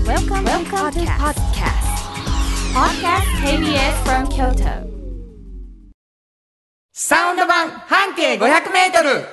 Welcome to podcast KBS from Kyoto. サウンド版半径500メートル。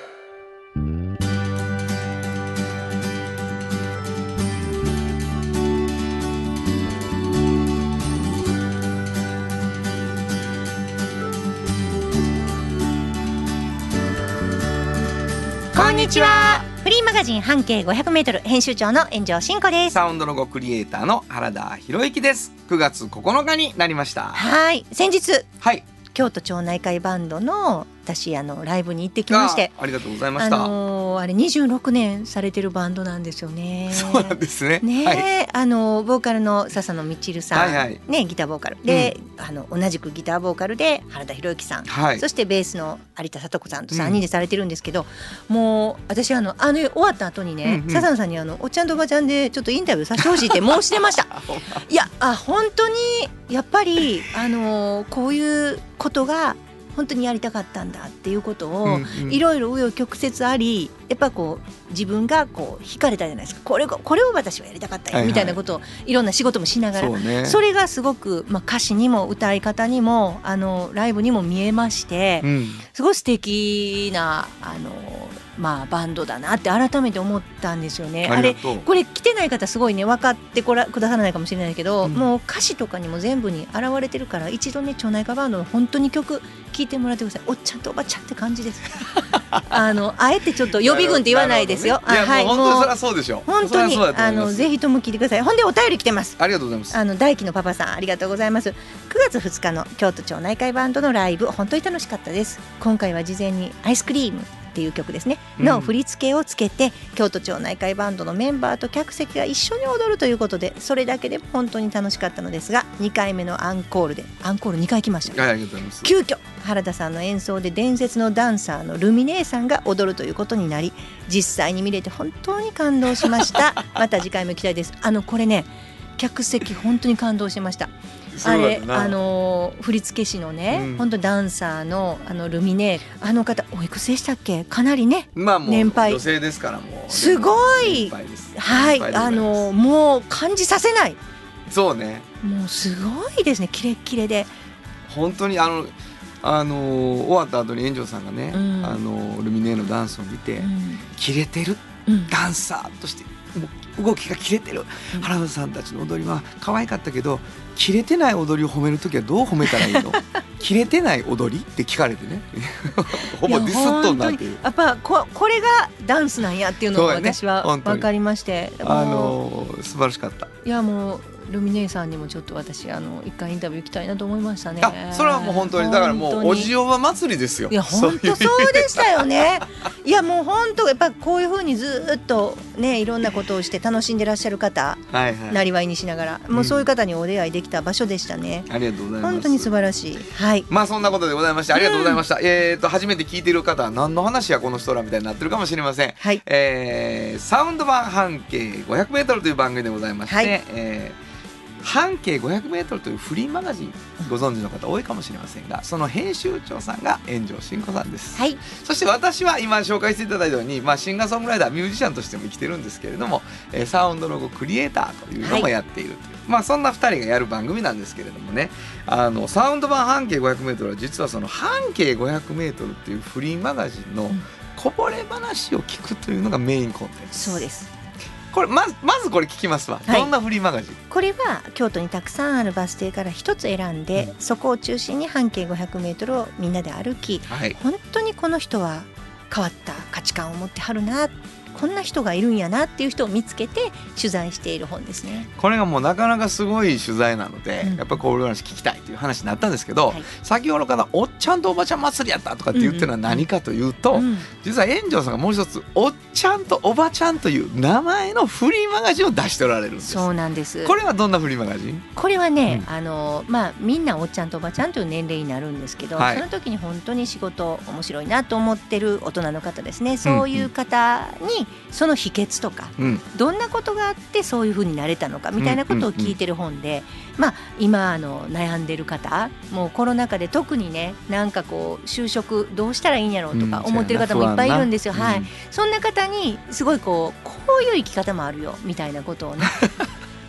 こんにちは。 フリーマガジン半径500メートル編集長の炎上真子です。 サウンドロゴクリエイターの原田博之です。9月9日になりました。 はい、先日、 はい、 京都町内会バンドの私ライブに行ってきまして、 ありがとうございました。 あれ26年されてるバンドなんですよね。 そうなんですね。 ね、 はい、 ボーカルの笹野みちるさん、 はいはい、 ね、ギターボーカルで、同じくギターボーカルで原田博之さん、 はい、 そしてベースの有田聡子さんと3人でされてるんですけど、もう私終わった後にね、笹野さんにおっちゃんとおばちゃんでちょっとインタビューさせてほしいって申してましたいや本当にやっぱりこういうことが本当にやりたかったんだっていうことをいろいろ紆余曲折あり、やっぱこう自分がこう惹かれたじゃないですか。これを私はやりたかったよみたいなことをいろんな仕事もしながら、それがすごく、歌詞にも歌い方にもライブにも見えまして、すごい素敵なバンドだなって改めて思ったんですよね。これ来てない方すごいね分かってくださらないかもしれないけど、もう歌詞とかにも全部に現れてるから、一度ね町内会バンドの本当に曲聴いてもらってください。おっちゃんとおばちゃんって感じですあえてちょっと予備軍って言わないですよ。 いや、はい、もう本当にそりゃそうでしょ。 本当にぜひとも聞いてください。ほんでお便り来てます。 ありがとうございます。 大輝のパパさんありがとうございます。9月2日の京都町内会バンドのライブ本当に楽しかったです。今回は事前にアイスクリームっていう曲ですねの振り付けをつけて、京都町内会バンドのメンバーと客席が一緒に踊るということで、それだけでも本当に楽しかったのですが、2回目のアンコールで2回来ました。 ありがとうございます。 急遽原田さんの演奏で伝説のダンサーのルミネさんが踊るということになり、実際に見れて本当に感動しましたまた次回も行きたいです。これね、客席本当に感動しました。あれ振付師のね、本当ダンサーのルミネ、方おいくつでしたっけ？かなりね、 もう年配、 女性ですからもうすごい、はい、もう感じさせない。 そうね、 もうすごいですね、キレッキレで本当に終わった後に炎上さんがね、ルミネのダンスを見て、キレてるダンサーとして動きがキレてる、原田さんたちの踊りは可愛かったけど、キレてない踊りを褒めるときはどう褒めたらいいのキレてない踊りって聞かれてねほぼディスっとんなっていう、 やっぱこれがダンスなんやっていうのを私は分かりまして、 素晴らしかった。 いや、もうルミネさんにもちょっと私一回インタビュー行きたいなと思いましたね。 それはもう本当にだからもうおじおば祭りですよ。 いや本当そうでしたよねいやもう本当やっぱこういう風にずっとね、いろんなことをして楽しんでらっしゃる方、なりわいにしながら、もうそういう方にお出会いできた場所でしたね。 ありがとうございます。 本当に素晴らしい。はい、 そんなことでございまして、ありがとうございました。初めて聞いている方は何の話やこの人らみたいになってるかもしれません。 はい、 サウンド版半径500メートルという番組でございまして、はい、半径500メートルというフリーマガジンご存知の方多いかもしれませんが、その編集長さんが炎上真子さんです。 はい、 そして私は今紹介していただいたように、シンガーソングライターミュージシャンとしても生きてるんですけれども、サウンドロゴクリエイターというのもやっているという、そんな2人がやる番組なんですけれどもね、サウンド版半径500メートルは実はその半径500メートルっていうフリーマガジンのこぼれ話を聞くというのがメインコンテンツ。 そうです。 これまずこれ聞きますわ、どんなフリーマガジン？ これは京都にたくさんあるバス停から一つ選んで、そこを中心に半径500メートルをみんなで歩き、本当にこの人は変わった価値観を持ってはるな、こんな人がいるんやなっていう人を見つけて取材している本ですね。 これがもうなかなかすごい取材なので、やっぱりこういう話聞きたいという話になったんですけど、先ほどからおっちゃんとおばちゃん祭りやったとかって言ってるのは何かというと、実は炎上さんがもう一つおっちゃんとおばちゃんという名前のフリーマガジンを出しておられるんです。 そうなんです。 これはどんなフリーマガジン？ これはね、みんなおっちゃんとおばちゃんという年齢になるんですけど、その時に本当に仕事面白いなと思ってる大人の方ですね、そういう方にその秘訣とか、どんなことがあってそういう風になれたのかみたいなことを聞いてる本で、今悩んでる方、もうコロナ禍で特にね、なんかこう就職どうしたらいいんやろうとか思ってる方もいっぱいいるんですよ。そんな方にすごいこういう生き方もあるよみたいなことをね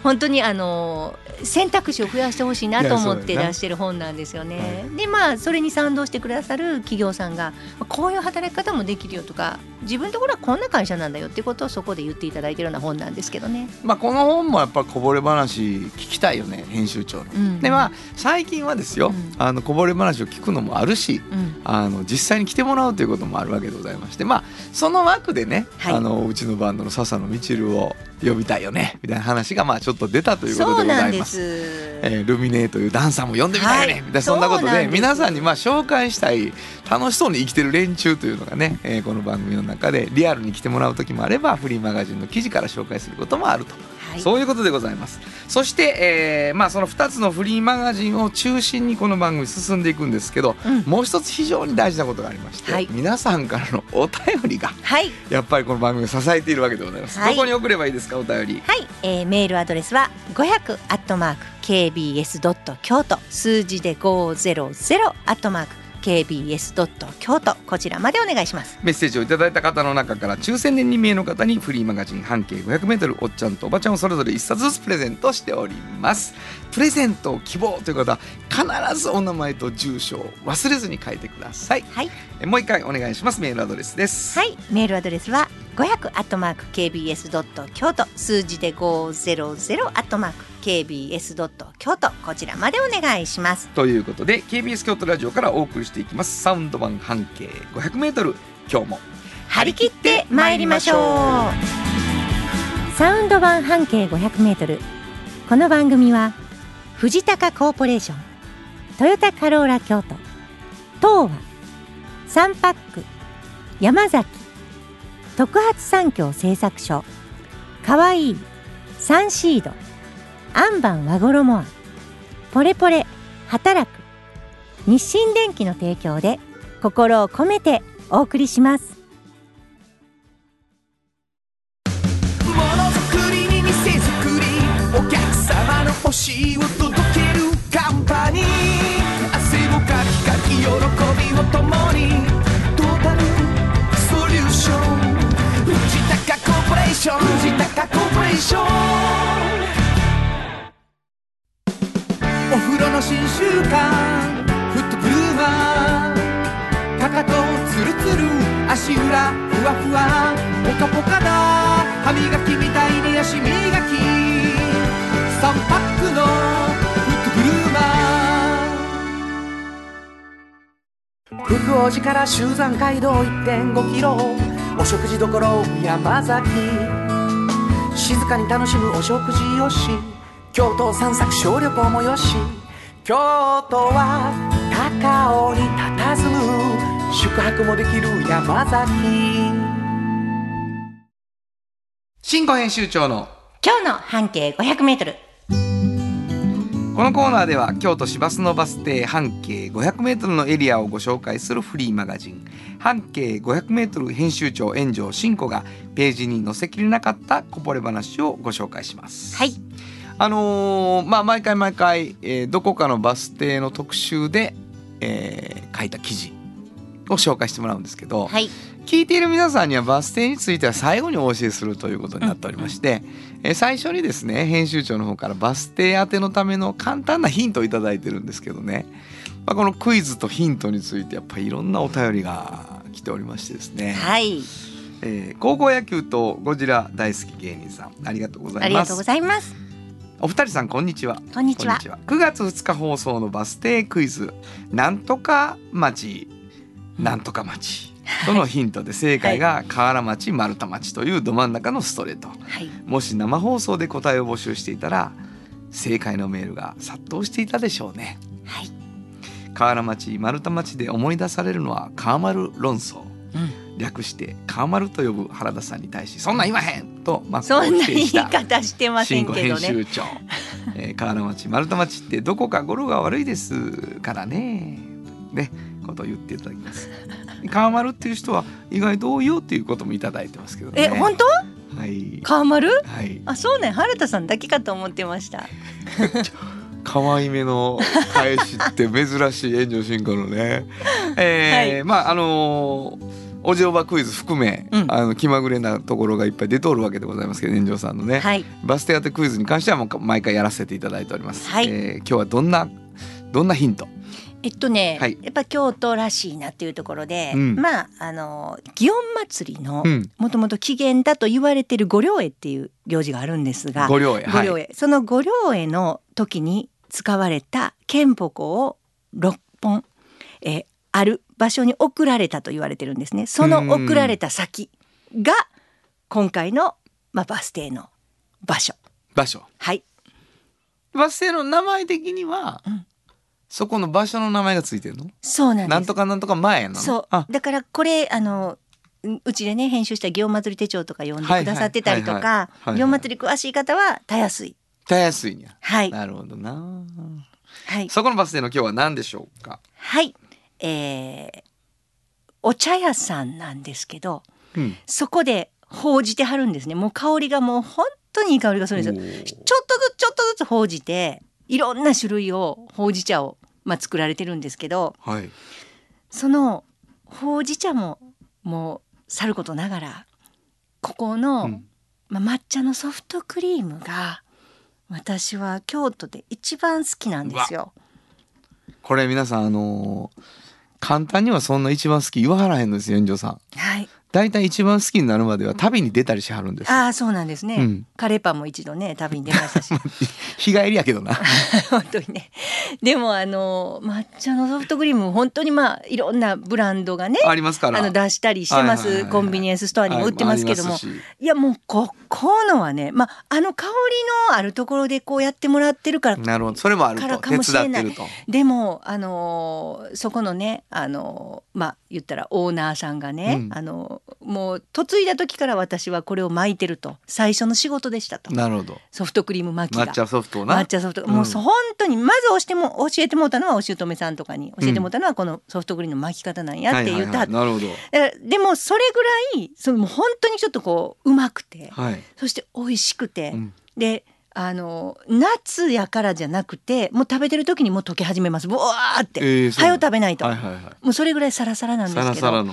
本当に選択肢を増やしてほしいなと思って出してる本なんですよね。でそれに賛同してくださる企業さんがこういう働き方もできるよとか、自分のところはこんな会社なんだよっていうことをそこで言っていただいてるような本なんですけどね。 この本もやっぱこぼれ話聞きたいよね、編集長の。で最近はですよ、こぼれ話を聞くのもあるし、実際に来てもらうということもあるわけでございまして、その枠でね、うちのバンドの笹野みちるを呼びたいよねみたいな話がちょっと出たということでございます。ルミネというダンサーも呼んでみたいよね、みたいなそんなことで皆さんに紹介したい楽しそうに生きてる連中というのがね、この番組の中でリアルに来てもらう時もあれば、フリーマガジンの記事から紹介することもあると、そういうことでございます。そして、その2つのフリーマガジンを中心にこの番組進んでいくんですけど、もう一つ非常に大事なことがありまして、皆さんからのお便りが、やっぱりこの番組を支えているわけでございます。どこに送ればいいですか、お便り。 メールアドレスは500@kbs.kyoto、数字で500@kbs.kyoto、こちらまでお願いします。 メッセージをいただいた方の中から抽選で2名の方にフリーマガジン半径 500m おっちゃんとおばちゃんをそれぞれ1冊ずつプレゼントしております。プレゼントを希望という方は必ずお名前と住所を忘れずに書いてください。もう一回お願いします。メールアドレスです。 メールアドレスは500@kbs.kyoto、数字で500@kbs.kyoto、こちらまでお願いします。 ということで KBS 京都ラジオからお送りしていきますサウンド版半径 500m、 今日も張り切って参りましょう。サウンド版半径 500m、 この番組は藤高コーポレーション、トヨタカローラ京都、東和、サンパック、山崎、特発産業製作所、かわいい、サンシード、アンバン和衣あん、ポレポレ働く、日清電機の提供で心を込めてお送りします。 ものづくりに店づくり、お客様の欲しいを届けるカンパニー、汗をかきかき喜びを共に、トータルソリューション、藤高コーポレーション、藤高コーポレーション。お風呂の新習慣フットグルーマー、かかとツルツル足裏ふわふわポカポカだ、歯磨きみたいに足磨き、3パックのフットグルーマー。福王寺から集山街道 1.5 キロ、お食事処山崎、静かに楽しむお食事よし、京都散策小旅行もよし、京都は高尾に佇む宿泊もできる山崎。 新語編集長の今日の半径 500m。 このコーナーでは京都市バスのバス停半径 500m のエリアをご紹介するフリーマガジン半径 500m 編集長炎上真子がページに載せきれなかったこぼれ話をご紹介します。毎回、どこかのバス停の特集で、書いた記事を紹介してもらうんですけど、聞いている皆さんにはバス停については最後にお教えするということになっておりまして、最初にですね編集長の方からバス停宛てのための簡単なヒントをいただいてるんですけどね、このクイズとヒントについてやっぱりいろんなお便りが来ておりましてですね、高校野球とゴジラ大好き芸人さん、ありがとうございます。 ありがとうございます。 お二人さんこんにちは。 こんにちは。 9月2日放送のバス停クイズ、なんとか町なんとか町とのヒントで正解が河原町丸太町というど真ん中のストレート、もし生放送で答えを募集していたら正解のメールが殺到していたでしょうね。河原町丸太町で思い出されるのは河丸論争、略して河丸と呼ぶ原田さんに対し、そんなん言わへんとそんな言い方してませんけどね。 新語編集長、河原町丸太町ってどこか語呂が悪いですからねことを言っていただきます。河丸っていう人は意外と多いよっていうこともいただいてますけどね。 本当？河丸？そうね、原田さんだけかと思ってました。 可愛めの返しって珍しい炎上進行のね。おおじおばクイズ含め、気まぐれなところがいっぱい出ておるわけでございますけど、炎上さんのね、バス停当てクイズに関してはもう毎回やらせていただいております。今日はどんなヒント？ やっぱ京都らしいなっていうところで、祇園祭りのもともと起源だと言われている御霊会っていう行事があるんですが、 御霊会、 その御霊会の時に使われた剣鉾を6本、ある場所に送られたと言われてるんですね。その送られた先が今回の、バス停の場所。はい。 バス停の名前的には、そこの場所の名前がついてるの？ そうなんです。 なんとかなんとか前なの？ そうだからこれうちでね編集した祇園祭り手帳とか読んでくださってたりとか、祇園祭り詳しい方はたやすいんや。 はい。 なるほどな。 はい。 そこのバス停の今日は何でしょうか？ はい。お茶屋さんなんですけど、そこでほうじてはるんですね。もう香りがもう本当にいい香りがするんですよ。ちょっとずつほうじて、いろんな種類をほうじ茶を、作られてるんですけど、そのほうじ茶ももうさることながら、ここの、抹茶のソフトクリームが私は京都で一番好きなんですよ。 これ皆さん簡単にはそんな一番好き言わはらへんのですよ、炎上さん。 はい。 だいたい一番好きになるまでは旅に出たりしはるんです。 そうなんですね、カレーパンも一度ね旅に出ましたし日帰りやけどな本当にね。でも抹茶のソフトクリーム本当にいろんなブランドがねありますから出したりしてます、コンビニエンスストアにも売ってますけども、いやもうこのはね、香りのあるところでこうやってもらってるから、 なるほど、それもあるとかもしれない。 手伝ってると。 でもそこのね言ったらオーナーさんがね、もう嫁いだ時から私はこれを巻いてると、最初の仕事でしたと。 なるほど。 ソフトクリーム巻きが抹茶ソフトもう本当にまず教えてもらったのはお姑さんとかに教えてもらったのはこのソフトクリームの巻き方なんやって言った、 なるほど。 でもそれぐらいもう本当にちょっとこううまくて、そして美味しくて、で夏やからじゃなくてもう食べてる時にもう溶け始めます。ボワーって、早う食べないと、もうそれぐらいサラサラなんですけど、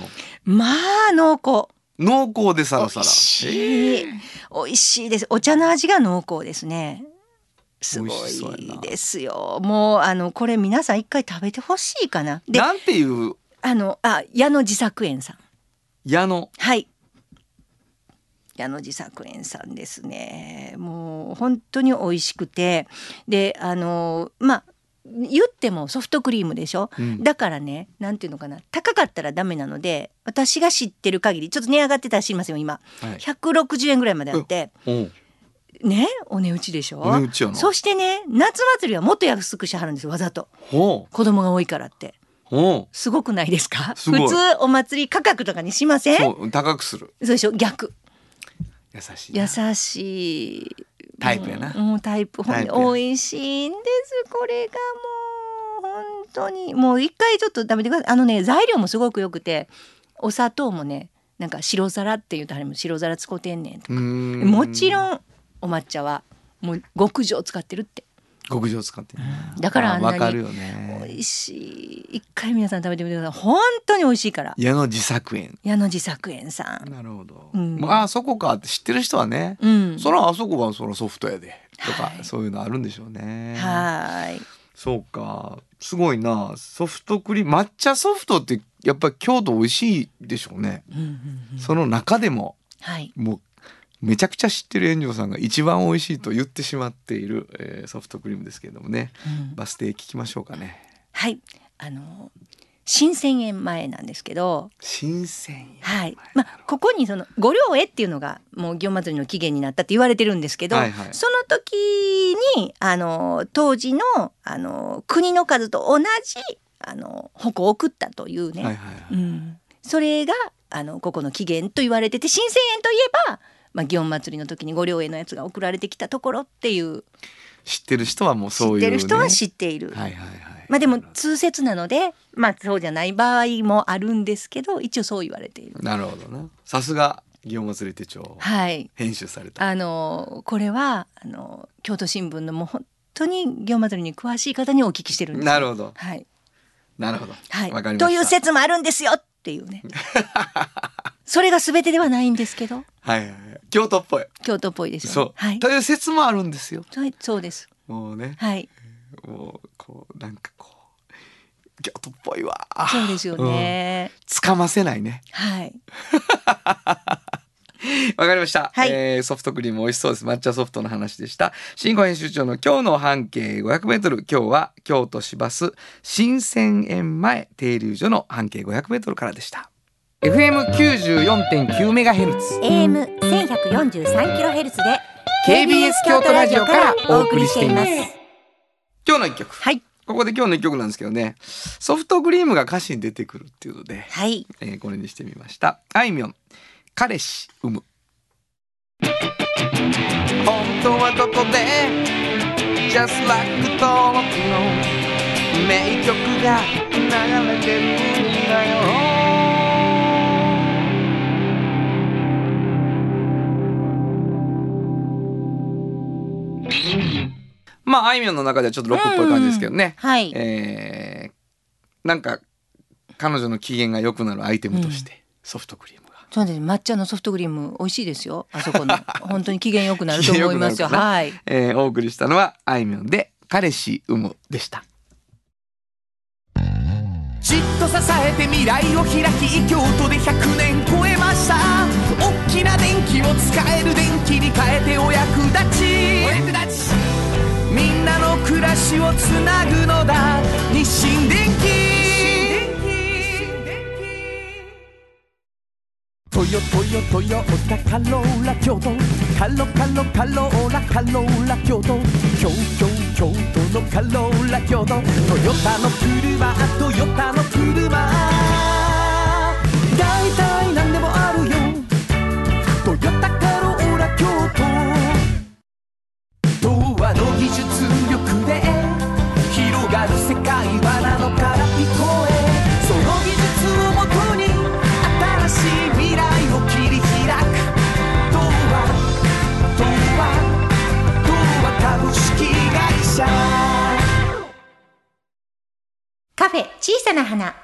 濃厚でサラサラ、 美味しいです。お茶の味が濃厚ですね。すごいですよ。もうこれ皆さん一回食べてほしいかな。で、 なんていう矢野自作園さん。 矢野自作園さんですね。もう本当に美味しくて、で言ってもソフトクリームでしょ、だからね、なんていうのかな、高かったらダメなので、私が知ってる限りちょっと値上がってたら知りませんよ今、160円ぐらいまであって、ね、お値打ちでしょ。そしてね、夏祭りはもっと安くしはるんですよ、わざと。子供が多いからって。すごくないですか？普通お祭り価格とかにしません？ そう高くする。 そうでしょ。逆。 優しいタイプやな。 タイプ美味しいんです。これがもう本当にもう一回ちょっと食べてください。材料もすごく良くて、お砂糖もね、なんか白皿っていうとあれも白皿使うてんねんとか、もちろんお抹茶はもう極上使ってるって。 極上使ってる。 だからあんなに美味しい。一回皆さん食べてみてください。本当に美味しいから。 矢野自作園さん。 なるほど。そこかって知ってる人はね、そらあそこはそらソフトやでとか、そういうのあるんでしょうね。そうか、すごいな。ソフトクリーム、抹茶ソフトってやっぱり京都美味しいでしょうね。その中でも、もうめちゃくちゃ知ってる炎上さんが一番美味しいと言ってしまっている、ソフトクリームですけれどもね、バス停聞きましょうかね。 はい、新千円前なんですけど、 新千円、 ここにその御霊会っていうのがもう祇園祭りの起源になったって言われてるんですけど、その時に当時の国の数と同じ矛を送ったというね、それがここの起源と言われてて、新千円といえば祇園祭りの時に御霊会のやつが送られてきたところっていう。 知ってる人はもうそういう、ね、 知ってる人は知っている。でも通説なので、そうじゃない場合もあるんですけど、一応そう言われている。 なるほどな。さすが祇園祭手帳、編集された。 これは京都新聞のもう本当に祇園祭りに詳しい方にお聞きしてるんです。 なるほど。 はい。 なるほど。 はい。 わかりました。 という説もあるんですよっっていうねそれが全てではないんですけど、 はいはいはい、京都っぽい。 京都っぽいですよね。 そう、 はい、 という説もあるんですよ。 はい、そうです。 もうね、 はい、 もうこうなんかこう京都っぽいわ。 そうですよね。 つかませないね。 はい。 わかりました、 はい。 ソフトクリーム美味しそうです。抹茶ソフトの話でした。新語編集長の今日の半径 500m、 今日は京都市バス新鮮園前停留所の半径 500m からでした。 FM94.9MHz、 AM1143kHz で KBS 京都ラジオからお送りしています。今日の一曲、 はい、 ここで今日の一曲なんですけどね、ソフトクリームが歌詞に出てくるっていうので、 はい、 これにしてみました。あいみょん、彼氏産む。本当はここで Just Like 登録の名曲が流れてるんだよ。まああいみょんの中ではちょっとロックっぽい感じですけどね、 はい、 なんか彼女の機嫌が良くなるアイテムとしてソフトクリーム、 そうです。抹茶のソフトクリーム美味しいですよ。あそこの本当に機嫌良くなると思いますよ。はい、 お送りしたのはあいみょんで彼氏産むでした。 じっと支えて未来を開き京都で100年超えました。大きな電気を使える電気に変えてお役立ち、みんなの暮らしをつなぐのだ日清電気。トヨタカローラ京都、カローラカローラ京都、京都のカローラ京都、トヨタの車だいたいなんでもあるよ、トヨタカローラ京都。童話の技術力で広がる世界はなのから聞こえ、その技術をもとに新しい未来を切り開く。童話株式会社。 カフェ小さな花。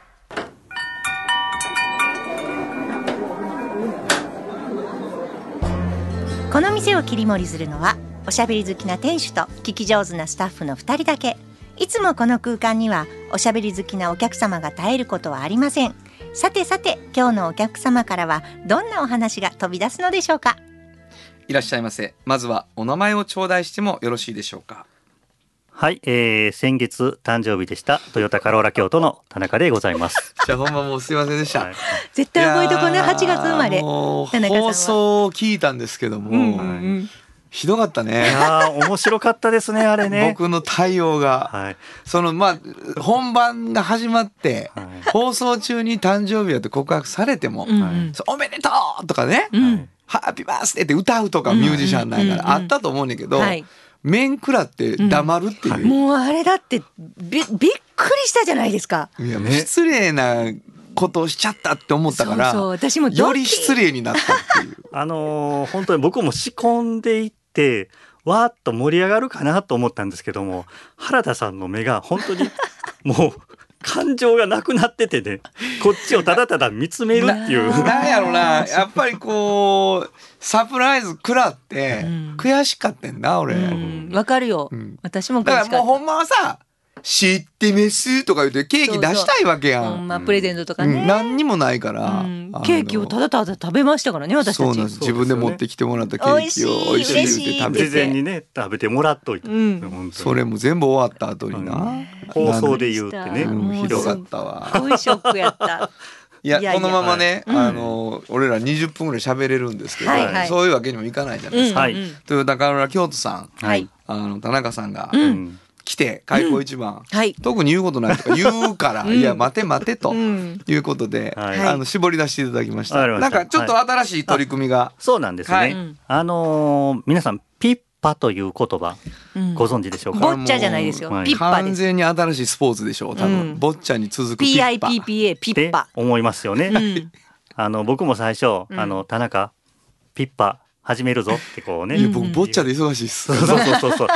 この店を切り盛りするのはおしゃべり好きな店主と聞き上手なスタッフの2人だけ。いつもこの空間にはおしゃべり好きなお客様が絶えることはありません。さて今日のお客様からはどんなお話が飛び出すのでしょうか。 いらっしゃいませ。まずはお名前を頂戴してもよろしいでしょうか。 はい、先月誕生日でしたトヨタカローラ京都の田中でございます。 じゃあほんまもうすいませんでした、はい、 絶対覚えとこね。8月生まれ田中さんは放送を聞いたんですけども、ひどかったね。 いや面白かったですねあれね。 僕の対応が、はい、本番が始まって、はい、放送中に誕生日やって告白されても、おめでとうとかね、ハッピーバースデーって歌うとかミュージシャンなんからあったと思うんだけど、面食らって黙るっていう、 もうあれだってびっくりしたじゃないですか。 いや失礼なことをしちゃったって思ったから、 私もより失礼になったっていう本当に僕も仕込んでいってわーっと盛り上がるかなと思ったんですけども、原田さんの目が本当にもう感情がなくなっててね、こっちをただただ見つめるっていうなんやろな、やっぱりこうサプライズ食らって悔しかったんだ俺。 わかるよ、私も悔しかった。 だからもうほんまはさ、知ってますとか言ってケーキ出したいわけやん。 プレゼントとかね、 何にもないから、 ケーキをただただ食べましたからね、私たち。 そうなんです。自分で持ってきてもらったケーキを美味しいって食べて、 事前にね食べてもらっといて、 それも全部終わった後にな、 放送で言うってね、 ひどかったわ。 すごいショックやった。 いやこのままね、俺ら20分ぐらい喋れるんですけど、そういうわけにもいかないじゃないですか。トヨタカローラ京都さん、田中さんが来て開口一番、特に言うことないとか言うから、いや待てということで、絞り出していただきました。なんかちょっと新しい取り組みが、 そうなんですね。皆さんピッパという言葉ご存知でしょうか。 ボッチャじゃないですよ、ピッパです。 完全に新しいスポーツでしょう多分、ボッチャに続くピッパ PIPPA ピッパ思いますよね。僕も最初田中ピッパ始めるぞってこうね、 僕ボッチャで忙しいっす。 そう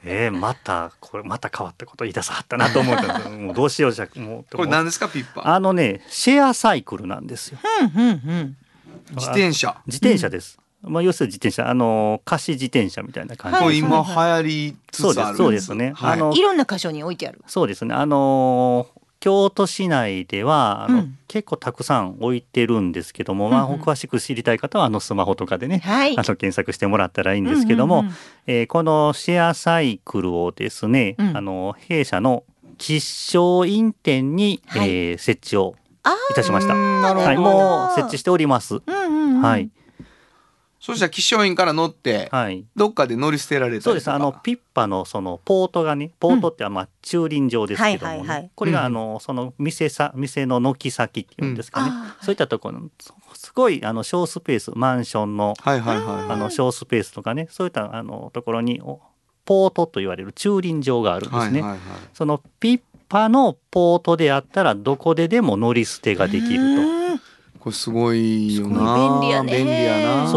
また変わったこと言い出さはったなと思ってもうどうしようじゃもうこれ何ですかピッパ？ シェアサイクルなんですよ。 自転車です。要するに自転車貸し自転車みたいな感じで、 もう今流行りつつある。 そうですね。 いろんな箇所に置いてある。 そうですね。京都市内では結構たくさん置いてるんですけども、詳しく知りたい方はスマホとかでね、検索してもらったらいいんですけども、このシェアサイクルをですね、弊社の吉祥院店に、設置をいたしました。もう設置しております。はい。 そしたら吉祥院から乗って、どっかで乗り捨てられたりとか。 そうです。ピッパのそのポートがね、ポートって駐輪場ですけども、これがその店の軒先っていうんですかね、そういったところのすごい小スペース、マンションの小スペースとかね、そういったところにポートと言われる駐輪場があるんですね。そのピッパのポートであったらどこででも乗り捨てができると。 これすごいよな。 便利やね。 便利やな。 そう、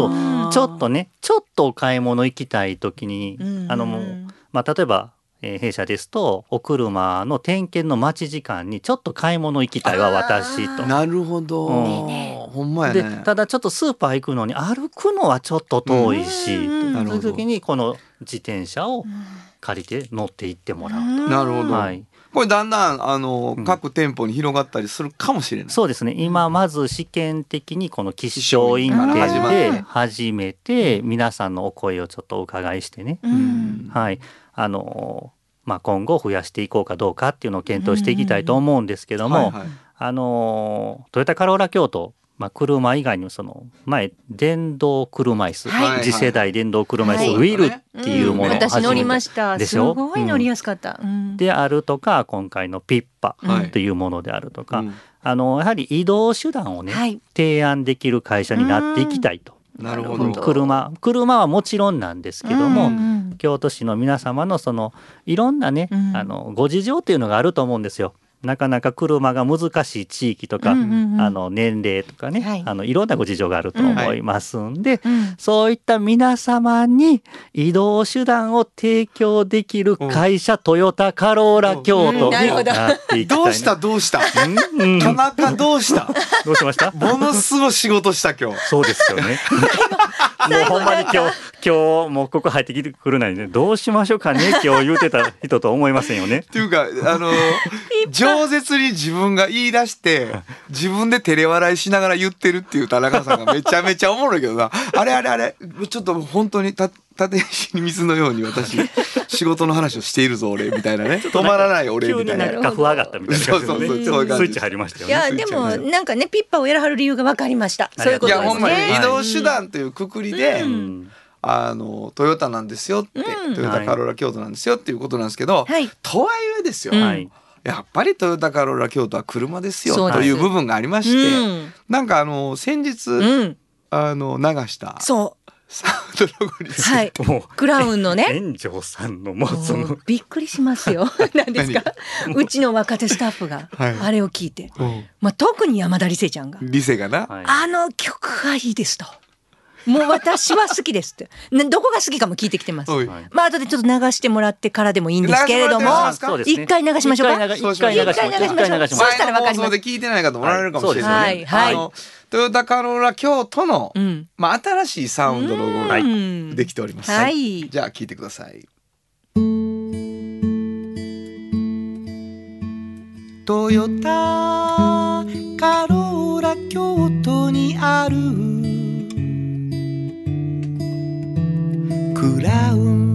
ちょっとお買い物行きたい時に、例えば、弊社ですとお車の点検の待ち時間にちょっと買い物行きたいわ私と。 なるほど。ほんまやね。 でただちょっとスーパー行くのに歩くのはちょっと遠いし、そういう時にこの自転車を借りて乗って行ってもらうと。 なるほど。これだんだん各店舗に広がったりするかもしれない。 そうですね。今まず試験的にこの吉祥院店で始めて、皆さんのお声をちょっとお伺いしてね、はい、今後増やしていこうかどうかっていうのを検討していきたいと思うんですけども、トヨタカローラ京都、車以外にもその前電動車椅子、次世代電動車椅子、ウィルっていうものを始めた私乗りました。すごい乗りやすかった。 であるとか、今回のピッパというものであるとか、やはり移動手段をね、提案できる会社になっていきたいと。 なるほど。 車はもちろんなんですけども、京都市の皆様のそのいろんなね、ご事情っていうのがあると思うんですよ。なかなか車が難しい地域とか、年齢とかね、いろんなご事情があると思いますんで、そういった皆様に移動手段を提供できる会社、トヨタカローラ京都になっていきたい。 どうした田中どうしたどうしました？ ものすごい仕事した今日。 そうですよね。もうほんまに今日もうここ入ってきてくるなりね、どうしましょうかね今日言うてた人と思いませんよね。 っていうか饒舌に自分が言い出して自分で照れ笑いしながら言ってるっていう田中さんがめちゃめちゃおもろいけどな。あれちょっと本当に立石に水のように私仕事の話をしているぞ俺みたいなね。止まらない俺みたいな。 急にカフ上がったみたいな感じでね。スイッチ入りましたよね。 いやでもなんかねピッパをやらはる理由が分かりました。そういうことですね。 いやほんまに移動手段というくくりで、トヨタなんですよって、トヨタカローラ京都なんですよっていうことなんですけど、とはいえですよ、やっぱりトヨタカローラ京都は車ですよという部分がありまして、なんか先日、流したサウンドロゴについて、 クラウンのね炎上さんのもうそのびっくりしますよ。何ですかうちの若手スタッフがあれを聞いて、特に山田理瀬ちゃんが理瀬がな、 曲がいいですと。もう私は好きですってどこが好きかも聞いてきてます。後でちょっと流してもらってからでもいいんですけれども、一回流しましょうか。一回流しましょう。そうしたら分かります。 放送で聞いてない方もおられるかもしれないね。トヨタカローラ京都の新しいサウンドロゴができております。じゃあ聞いてください。トヨタカローラ京都にあるクラウ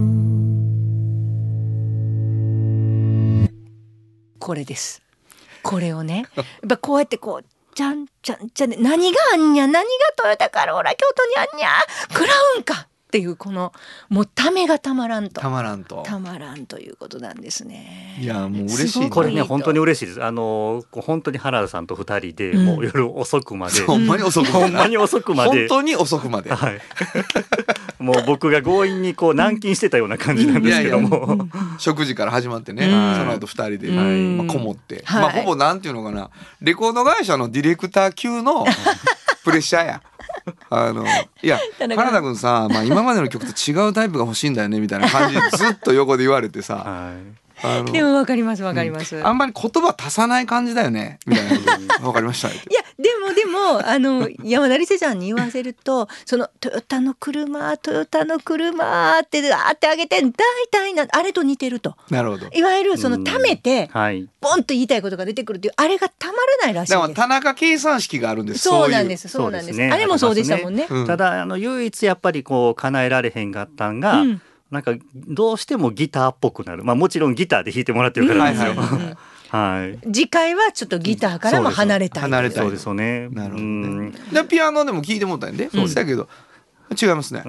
ン、 これです。これをねやっぱこうやってこうちゃんで何があんにゃ、何がトヨタカローラ京都にあんにゃ、クラウンかっていうこのもうためがたまらんということなんですね。 いやもう嬉しい。 これね本当に嬉しいです。本当に原田さんと2人でもう夜遅くまで、 ほんまに遅くまで本当に遅くまで、もう僕が強引にこう軟禁してたような感じなんですけども、 食事から始まってね、その後2人でこもって、ほぼなんていうのかな、レコード会社のディレクター級のプレッシャーや。 いや原田君さ、今までの曲と違うタイプが欲しいんだよねみたいな感じでずっと横で言われてさ、 でも分かります分かります、 あんまり言葉足さない感じだよねみたいな分かりました。いやでも山田理瀬ちゃんに言わせるとそのトヨタの車ってあってあげて大体あれと似てると。 なるほど。 いわゆるその貯めてボンと言いたいことが出てくるっていうあれがたまらないらしいです。 だから田中計算式があるんです。 そうなんですそうなんです、あれもそうでしたもんね。 ただ唯一やっぱりこう叶えられへんかったんが、なんかどうしてもギターっぽくなる、もちろんギターで弾いてもらってるからですよ。 次回はちょっとギターからも離れたい。 そうですよね。 なるほどね。でピアノでも聴いてもらったんで、そうだけど違いますね。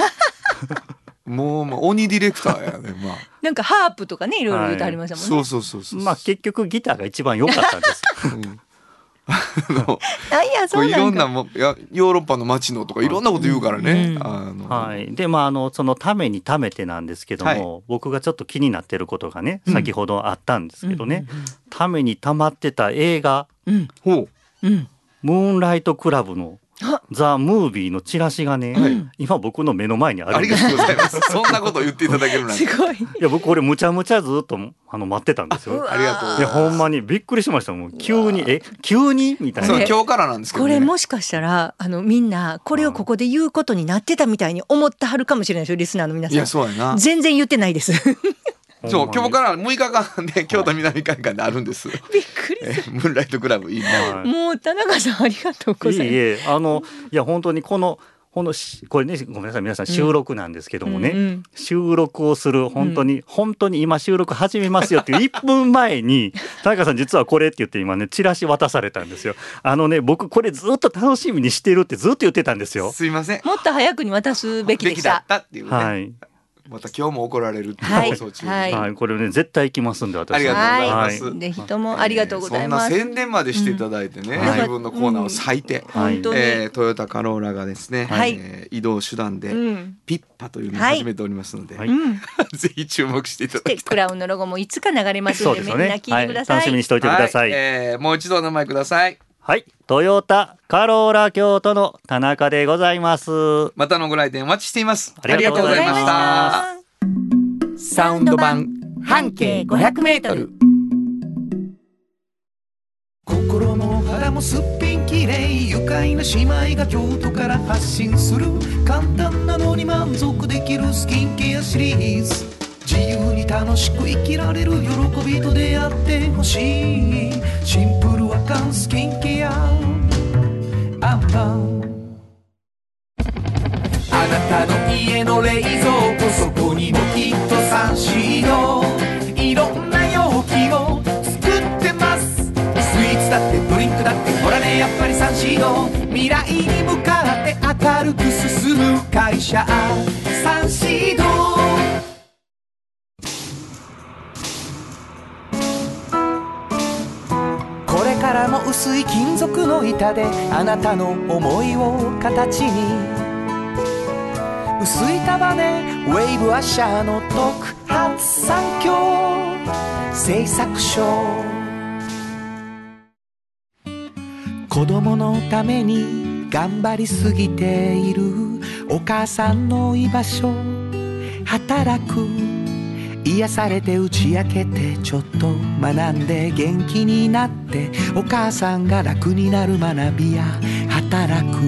もう鬼ディレクターやね。 なんかハープとかねいろいろ言ってありましたもんね。 そう。 結局ギターが一番良かったんです。 いろんなヨーロッパの街のとかいろんなこと言うからね。 でそのためにためてなんですけども、僕がちょっと気になってることがね、先ほどあったんですけどね、ためにたまってた映画、ムーンライトクラブのザ・ムービーのチラシがね、今僕の目の前にあるんです。 ありがとうございます。そんなこと言っていただけるなんて。 すごい。 いや僕これむちゃむちゃずっと待ってたんですよ。 ありがとう。 いやほんまにびっくりしました。もう急にみたいな。 そう今日からなんですけどね。 これもしかしたらみんなこれをここで言うことになってたみたいに思ってはるかもしれないですよ、リスナーの皆さん。 いやそうやな。 全然言ってないです。 そう今日から6日間で京都南海岸であるんです。 びっくりする。 ムーンライトクラブいいね。 もう田中さんありがとうございます。 いや本当にこれね、ごめんなさい皆さん収録なんですけどもね、収録をする本当に今収録始めますよっていう1分前に田中さん実はこれって言って今ねチラシ渡されたんですよ。僕これずっと楽しみにしてるってずっと言ってたんですよ。 すいません。 もっと早くに渡すべきでした。 べきだったっていうね。また今日も怒られるって放送中に、 これね絶対行きますんで私。 ありがとうございます。 ぜひともありがとうございます。 そんな宣伝までしていただいてね、自分のコーナーを割いて、トヨタカローラがですね、移動手段でピッパというのを始めておりますので、ぜひ注目していただきたい。 クラウンのロゴもいつか流れますのでみんな聞いてください。 楽しみにしておいてください。 もう一度お名前ください。 はい、トヨタカローラ京都の田中でございます。 またのご来店お待ちしています。 ありがとうございました。 サウンド版半径500メートル。心も肌もすっぴんきれい、愉快な姉妹が京都から発信する簡単なのに満足できるスキンケアシリーズ。自由に楽しく生きられる喜びと出会ってほしい。シンプルアカンスキンケアアンバン。あなたの家の冷蔵庫、そこにもきっとサンシード。いろんな容器を作ってます。スイーツだってドリンクだって、ほらねやっぱりサンシード。未来に向かって明るく進む会社サンシード。これからも薄い金属の板であなたの思いを形に。薄い束ねウェーブアッシャーの特発産業製作所。子供のために頑張りすぎているお母さんの居場所。働く癒されて打ち明けてちょっと学んで元気になって、お母さんが楽になる学びや働く。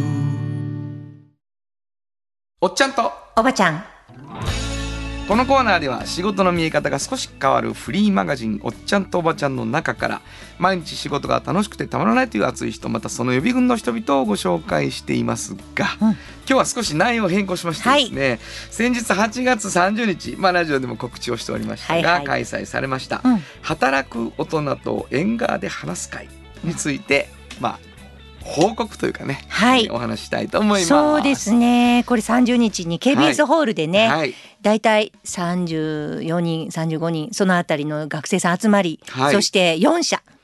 おっちゃんとおばちゃん。 このコーナーでは仕事の見え方が少し変わるフリーマガジンおっちゃんとおばちゃんの中から、毎日仕事が楽しくてたまらないという熱い人、またその予備軍の人々をご紹介していますが、今日は少し内容を変更しましてですね、先日8月30日、ラジオでも告知をしておりましたが、開催されました、働く大人と縁側で話す会について、報告というかね、お話したいと思います。 そうですね、これ30日に KBS ホールでね、だいたい34人35人そのあたりの学生さん集まり、そして4社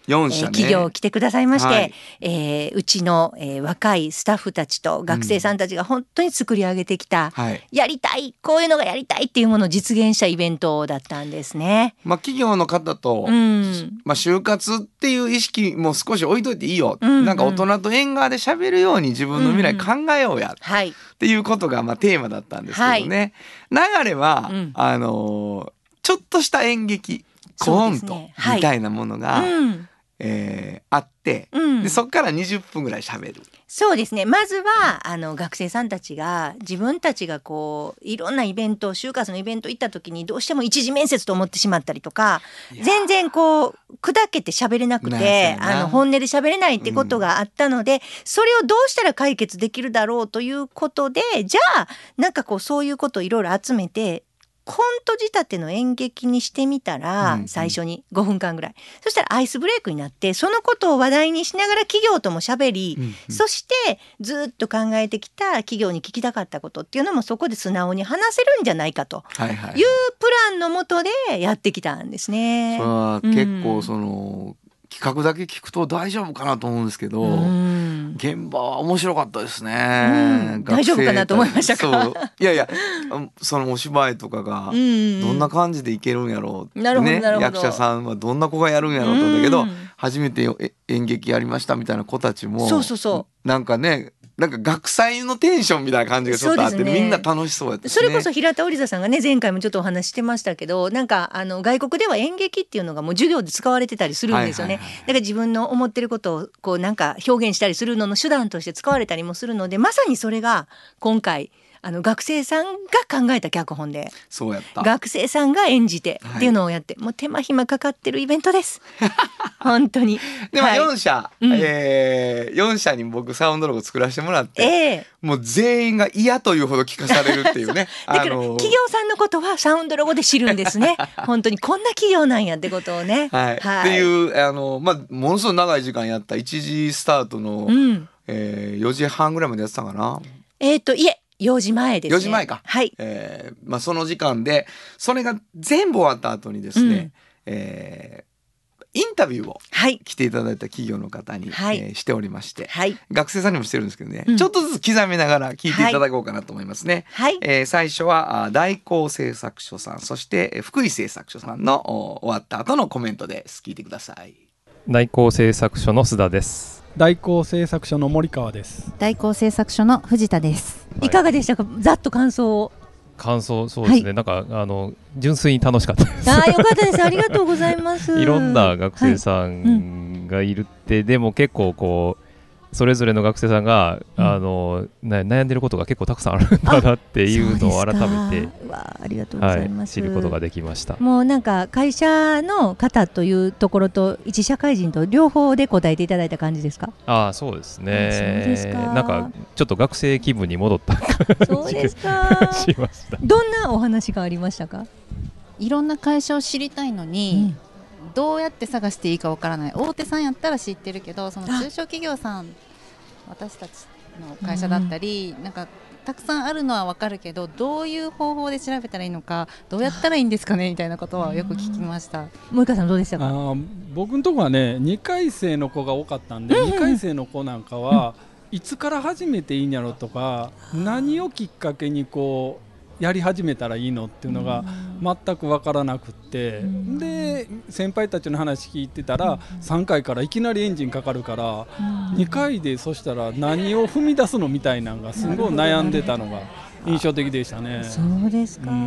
4社ね、 企業来てくださいまして、 はい、 うちの、若いスタッフたちと学生さんたちが本当に作り上げてきた、やりたい、こういうのがやりたいっていうものを実現したイベントだったんですね。 企業の方と、就活っていう意識も少し置いといていいよ、なんか大人と縁側で喋るように自分の未来考えようや、っていうことがテーマだったんですけどね、流れは、ちょっとした演劇コントみたいなものが、あって、でそこから20分ぐらい喋る。 そうですね。まずは学生さんたちが自分たちがこういろんなイベント、就活のイベント行った時にどうしても一次面接と思ってしまったりとか、全然こう砕けて喋れなくて本音で喋れないってことがあったので、それをどうしたら解決できるだろうということで、じゃあなんかこうそういうことをいろいろ集めてコント仕立ての演劇にしてみたら、最初に5分間ぐらい、そしたらアイスブレイクになって、そのことを話題にしながら企業とも喋り、そしてずっと考えてきた企業に聞きたかったことっていうのもそこで素直に話せるんじゃないかというプランのもとでやってきたんですね。 それは結構企画だけ聞くと大丈夫かなと思うんですけど、現場は面白かったですね、 大丈夫かなと思いましたか？ そういやいや、そのお芝居とかがどんな感じでいけるんやろう、役者さんはどんな子がやるんやろうと思ったけど、初めて演劇やりましたみたいな子たちもなんかね、なんか学祭のテンションみたいな感じがちょっとあって、みんな楽しそうやったしね。 それこそ平田織座さんがね、前回もちょっとお話してましたけど、なんか外国では演劇っていうのがもう授業で使われてたりするんですよね。だから自分の思ってることをこうなんか表現したりするのの手段として使われたりもするので、まさにそれが今回学生さんが考えた脚本で、 そうやった、 学生さんが演じてっていうのをやって、もう手間暇かかってるイベントです本当に。 でも4社、4社に僕サウンドロゴ作らせてもらって、もう全員が嫌というほど聞かされるっていうねだから企業さんのことはサウンドロゴで知るんですね本当にこんな企業なんやってことをね、 っていうものすごい長い時間やった1時スタートの、4時半ぐらいまでやってたかな。 いえ4時前ですね。 4時前か。その時間でそれが全部終わった後にですね、インタビューを来ていただいた企業の方に、しておりまして、学生さんにもしてるんですけどね、ちょっとずつ刻みながら聞いていただこうかなと思いますね。最初は大光製作所さん、そして福井製作所さんの終わった後のコメントです。聞いてください。 大光製作所の須田です。 大光製作所の森川です。 大光製作所の藤田です。 いかがでしたか？ざっと感想を。 そうですね、なんか純粋に楽しかったです。 よかったです。ありがとうございます。 いろんな学生さんがいるって、でも結構こうそれぞれの学生さんが、悩んでることが結構たくさんあるんだなっていうのを改めてありがとうございます、 知ることができました。 もうなんか会社の方というところと一社会人と両方で答えていただいた感じですか？ そうですね。そうですか。なんかちょっと学生気分に戻った感じがしました。 どんなお話がありましたか？ いろんな会社を知りたいのに、どうやって探していいかわからない。大手さんやったら知ってるけど、その中小企業さん、私たちの会社だったり、なんかたくさんあるのはわかるけど、どういう方法で調べたらいいのか、どうやったらいいんですかねみたいなことはよく聞きました。 森川さんどうでしたか？ 僕のところはね、2回生の子が多かったんで、2回生の子なんかは、いつから始めていいんやろとか、何をきっかけにこうやり始めたらいいのっていうのが全く分からなくって、で先輩たちの話聞いてたら、3回からいきなりエンジンかかるから、2回でそしたら何を踏み出すのみたいなのがすごい悩んでたのが印象的でしたね。 そうですか。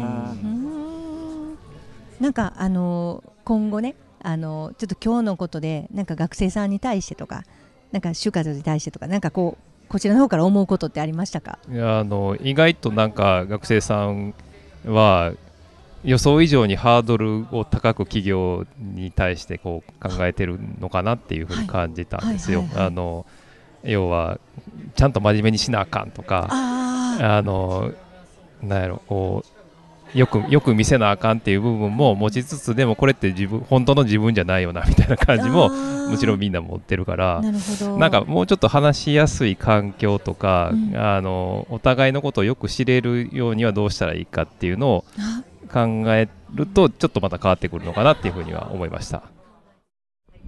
なんか今後ね、ちょっと今日のことでなんか学生さんに対してとか、なんか就活に対してとか、なんかこちらの方から思うことってありましたか？ いや意外となんか学生さんは予想以上にハードルを高く企業に対してこう考えてるのかなっていうふうに感じたんですよ。要はちゃんと真面目にしなあかんとか、なんやろ、こうよく見せなあかんっていう部分も持ちつつ、でもこれって本当の自分じゃないよなみたいな感じももちろんみんな持ってるから、なんかもうちょっと話しやすい環境とか、お互いのことをよく知れるようにはどうしたらいいかっていうのを考えると、ちょっとまた変わってくるのかなっていうふうには思いました。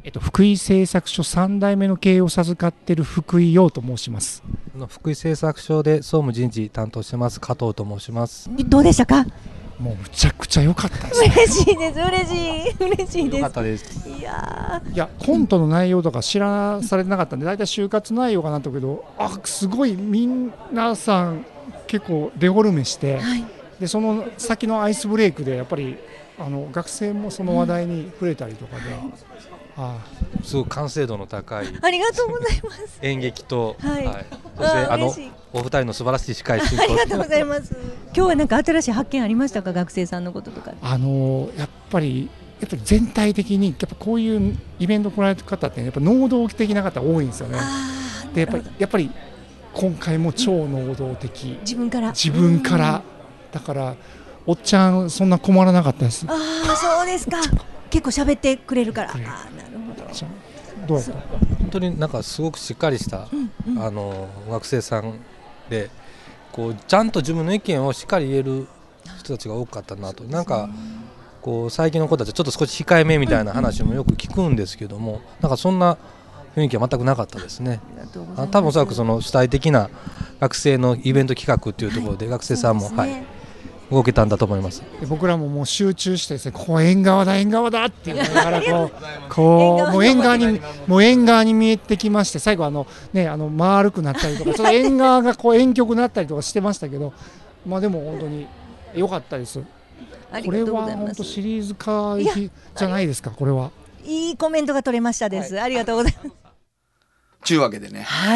福井製作所3代目の経営を授かっている福井陽と申します。 福井製作所で総務人事担当してます加藤と申します。 どうでしたか？ もうむちゃくちゃ良かったです、ね、 嬉しいです嬉しいです。 良かったです。 いやコントの内容とか知らされてなかったんで、だいたい就活内容かなと思ったけど、すごい皆さん結構デフォルメして、はい、でその先のアイスブレイクでやっぱり学生もその話題に触れたりとかで、 すごく完成度の高いありがとうございます演劇と、 はいはい、そしてお二人の素晴らしい司会進行ありがとうございます。今日はなんか新しい発見ありましたか？学生さんのこととか。 やっぱり全体的にやっぱこういうイベント来られる方ってやっぱ能動的な方多いんですよね。でやっぱり今回も超能動的、 自分からだからおっちゃんそんな困らなかったです。 そうですか。結構喋ってくれるから。なるほど。 どうやった？ 本当になんかすごくしっかりした、学生さんでこうちゃんと自分の意見をしっかり言える人たちが多かったなと。なんかこう最近の子たちはちょっと少し控えめみたいな話もよく聞くんですけども、なんかそんな雰囲気は全くなかったですね。多分おそらくその主体的な学生のイベント企画っていうところで学生さんも、動けたんだと思います。 僕らももう集中してですね、ここ縁側だって言いながらもう縁側に見えてきまして、最後丸くなったりとか、その縁側が円曲になったりとかしてましたけど、でも本当に良かったです。これは本当シリーズ化じゃないですか。これはいいコメントが取れましたです。ありがとうございます。 ちゅうわけでね、 はい、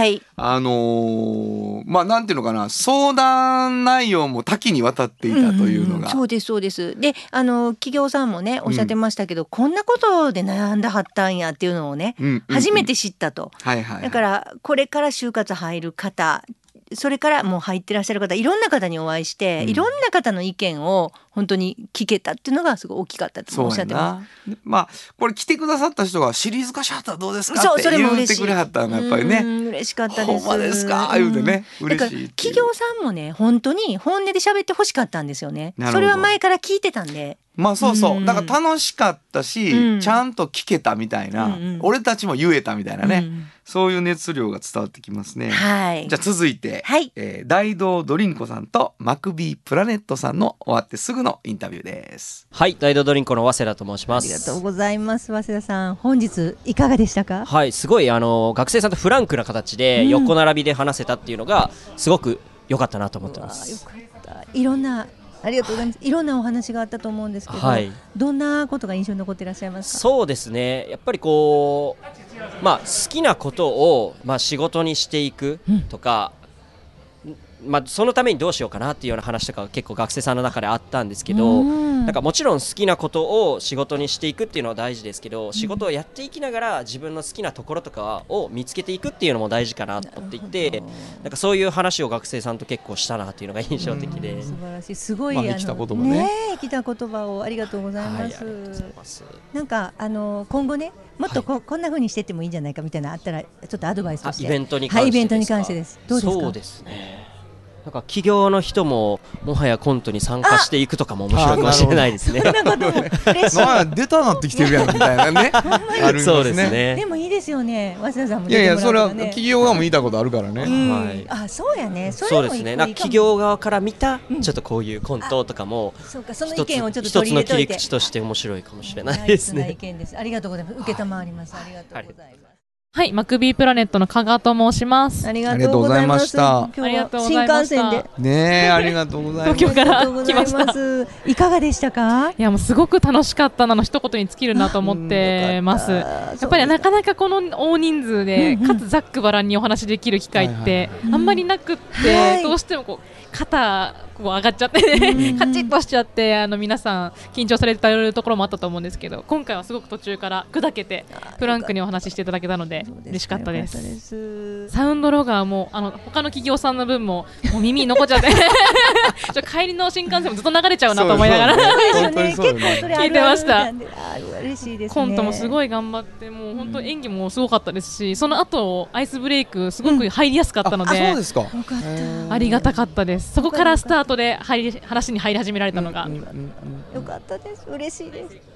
なんていうのかな、相談内容も多岐にわたっていたというのが、 そうですで、企業さんもねおっしゃってましたけど、こんなことで悩んだはったんやっていうのをね、初めて知ったと、だからこれから就活入る方、それからもう入ってらっしゃる方、いろんな方にお会いして、いろんな方の意見を本当に聞けたっていうのがすごい大きかったとおっしゃってます。 これ来てくださった人がシリーズ化しはったらどうですかって言ってくれはったのがやっぱりね、 嬉しかったです。 ほんまですか言うてね、嬉しい。 企業さんもね本当に本音で喋ってほしかったんですよね。それは前から聞いてたんで。 そうだから楽しかったし、ちゃんと聞けたみたいな、俺たちも言えたみたいなね、そういう熱量が伝わってきますね。じゃあ続いて、大道ドリンコさんとマクビープラネットさんの終わってすぐのインタビューです。 はい、大道ドリンコの早稲田と申します。 ありがとうございます。早稲田さん、本日いかがでしたか？ はい、すごい学生さんとフランクな形で横並びで話せたっていうのがすごく良かったなと思ってます。 よかった。ありがとうございます。いろんなお話があったと思うんですけど、どんなことが印象に残っていらっしゃいますか？ そうですね、やっぱり好きなことを、仕事にしていくとか、そのためにどうしようかなっていうような話とか結構学生さんの中であったんですけど、なんかもちろん好きなことを仕事にしていくっていうのは大事ですけど、仕事をやっていきながら自分の好きなところとかを見つけていくっていうのも大事かなと思っていて、なんかそういう話を学生さんと結構したなっていうのが印象的で、 素晴らしい。すごい生きた言葉ね、 生きた言葉をありがとうございます。なんか今後ね、もっとこんな風にしてってもいいんじゃないかみたいなあったらちょっとアドバイスとして。 イベントに関してです。 どうですか？ そうですね、なんか企業の人ももはやコントに参加していくとかも面白いかもしれないですね。 出たなってきてるやんみたいなねあるんですね。 そうですね。 でもいいですよね。早稲田さんもいやそれは企業側も言いたことあるからね。 そうやね。 そうですね。なんか企業側から見たちょっとこういうコントとかも、 その意見をちょっと一つの切り口として面白いかもしれないですね。 意見です。ありがとうございます。受けたまわります。ありがとうございます。 はい、マクビープラネットの加賀と申します。 ありがとうございました。 ありがとうございました。 新幹線でね、ありがとうございます。 東京から来ました。 いかがでしたか？ いや、もうすごく楽しかったなの一言に尽きるなと思ってます。やっぱりなかなかこの大人数で、かつざっくばらんにお話できる機会ってあんまりなくって、どうしても肩上がっちゃってカチッとしちゃって皆さん緊張されてるところもあったと思うんですけど、今回はすごく途中から砕けてフランクにお話ししていただけたので嬉しかったです。サウンドロガーも他の企業さんの分もう耳に残っちゃって帰りの新幹線もずっと流れちゃうなと思いながら聞いてました。 嬉しいですね。 コントもすごい頑張って、もう本当演技もすごかったですし、その後アイスブレイクすごく入りやすかったので、 そうですか。 ありがたかったです。そこからスタートで話に入り始められたのがよかったです。嬉しいです。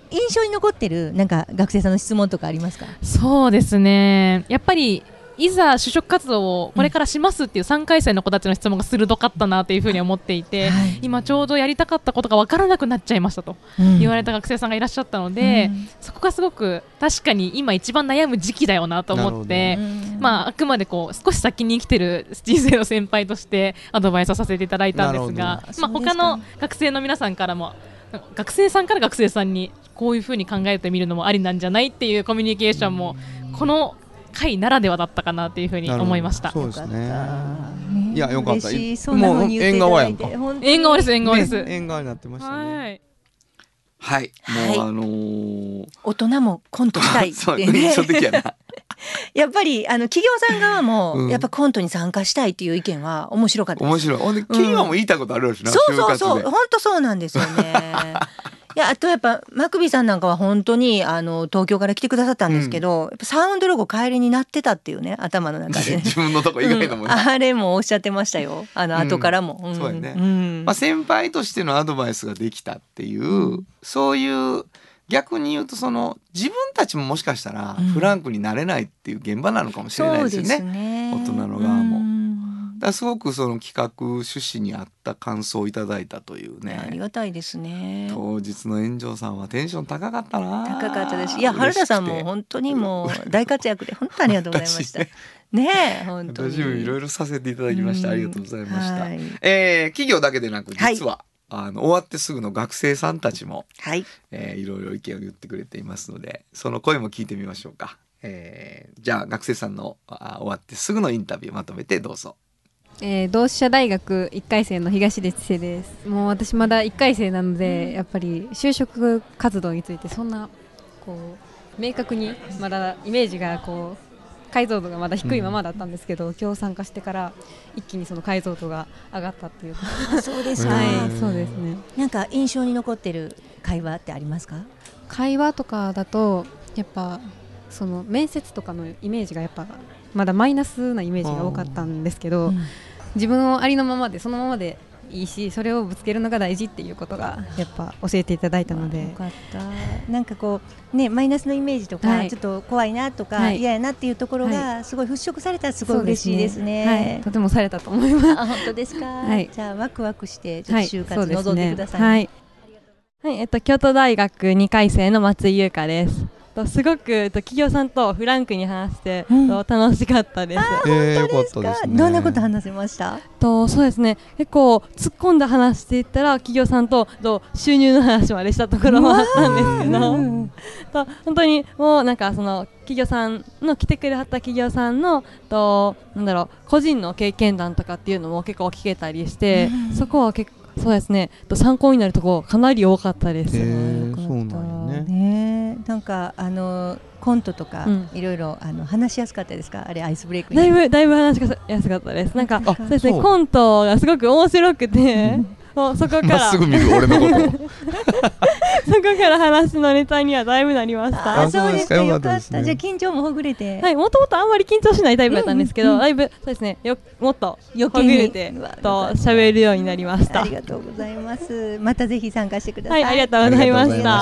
印象に残ってるなんか学生さんの質問とかありますか？ そうですね、やっぱりいざ就職活動をこれからしますっていう3回生の子たちの質問が鋭かったなというふうに思っていて、はい、今ちょうどやりたかったことが分からなくなっちゃいましたと言われた学生さんがいらっしゃったので、そこがすごく確かに今一番悩む時期だよなと思って、あくまでこう少し先に生きてる人生の先輩としてアドバイスをさせていただいたんですが、他の学生の皆さんからも学生さんから学生さんにこういうふうに考えてみるのもありなんじゃないっていうコミュニケーションもこの会ならではだったかなというふうに思いました。 そうですね。いや、よかった。 もう縁側やんか。 縁側です、縁側です。 縁側になってましたね。はい。もう大人もコントしたいってね。 印象的やな。 やっぱり企業さん側もやっぱコントに参加したいっていう意見は面白かったです。 面白い。ほんで企業も言いたいことあるしな。 そうそうそう。本当そうなんですよね。いや、あとやっぱマクビさんなんかは本当に東京から来てくださったんですけど、やっぱサウンドロゴ帰りになってたっていうね、頭の中で、ね、 自分のとこ以外のもね、 あれもおっしゃってましたよ、後からも、 そうやね、先輩としてのアドバイスができたっていう、そういう逆に言うとその自分たちももしかしたらフランクになれないっていう現場なのかもしれないですよね、大人の側も。だすごくその企画趣旨に合った感想をいただいたというね。 ありがたいですね。 当日の炎上さんはテンション高かったな。 高かったです。いや、原田さんも本当にもう大活躍で本当にありがとうございました。ね、本当に。 私もいろいろさせていただきました。ありがとうございました。企業だけでなく実は、終わってすぐの学生さんたちも、いろいろ意見を言ってくれていますので、その声も聞いてみましょうか。じゃあ学生さんの終わってすぐのインタビューまとめてどうぞ。 同志社大学1回生の東出千世です。もう私まだ1回生なので、やっぱり就職活動についてそんなこう明確にまだイメージがこう解像度がまだ低いままだったんですけど、今日参加してから一気にその解像度が上がったっていうか。 そうですか。 はい、そうですね。 なんか印象に残ってる会話ってありますか？ 会話とかだとやっぱその面接とかのイメージがやっぱまだマイナスなイメージが多かったんですけど、自分をありのままでそのままでいいし、それをぶつけるのが大事っていうことがやっぱ教えていただいたので、 よかった。なんかこうね、マイナスのイメージとか、ちょっと怖いなとか、嫌やなっていうところがすごい払拭されたらすごい嬉しいですね。 とてもされたと思います。 本当ですか。じゃあワクワクしてちょっと就活臨んでください。 京都大学2回生の松井優香です。すごく企業さんとフランクに話して楽しかったです。 本当ですか。どんなこと話せました？ そうですね、結構突っ込んだ話していったら企業さんと収入の話までしたところもあったんですけど、本当にもうなんかその企業さんの来てくれはった企業さんのなんだろう、個人の経験談とかっていうのも結構聞けたりして、そこは結構そうですね、参考になるところかなり多かったです。 そうなんね。 なんかコントとかいろいろ話しやすかったですか？あれアイスブレイクだいぶ話しやすかったです。なんかそうですね、コントがすごく面白くて、もうそこからまっすぐ見る俺のことそこから話のネタにはだいぶなりました。 そうですか、よかった。じゃあ緊張もほぐれて。 はい、もともとあんまり緊張しないタイプだったんですけど、だいぶそうですね、もっとほぐれて喋るようになりました。 ありがとうございます。またぜひ参加してください。 はい、ありがとうございました。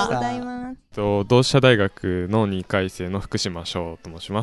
同志社大学の2回生の福島翔と申します。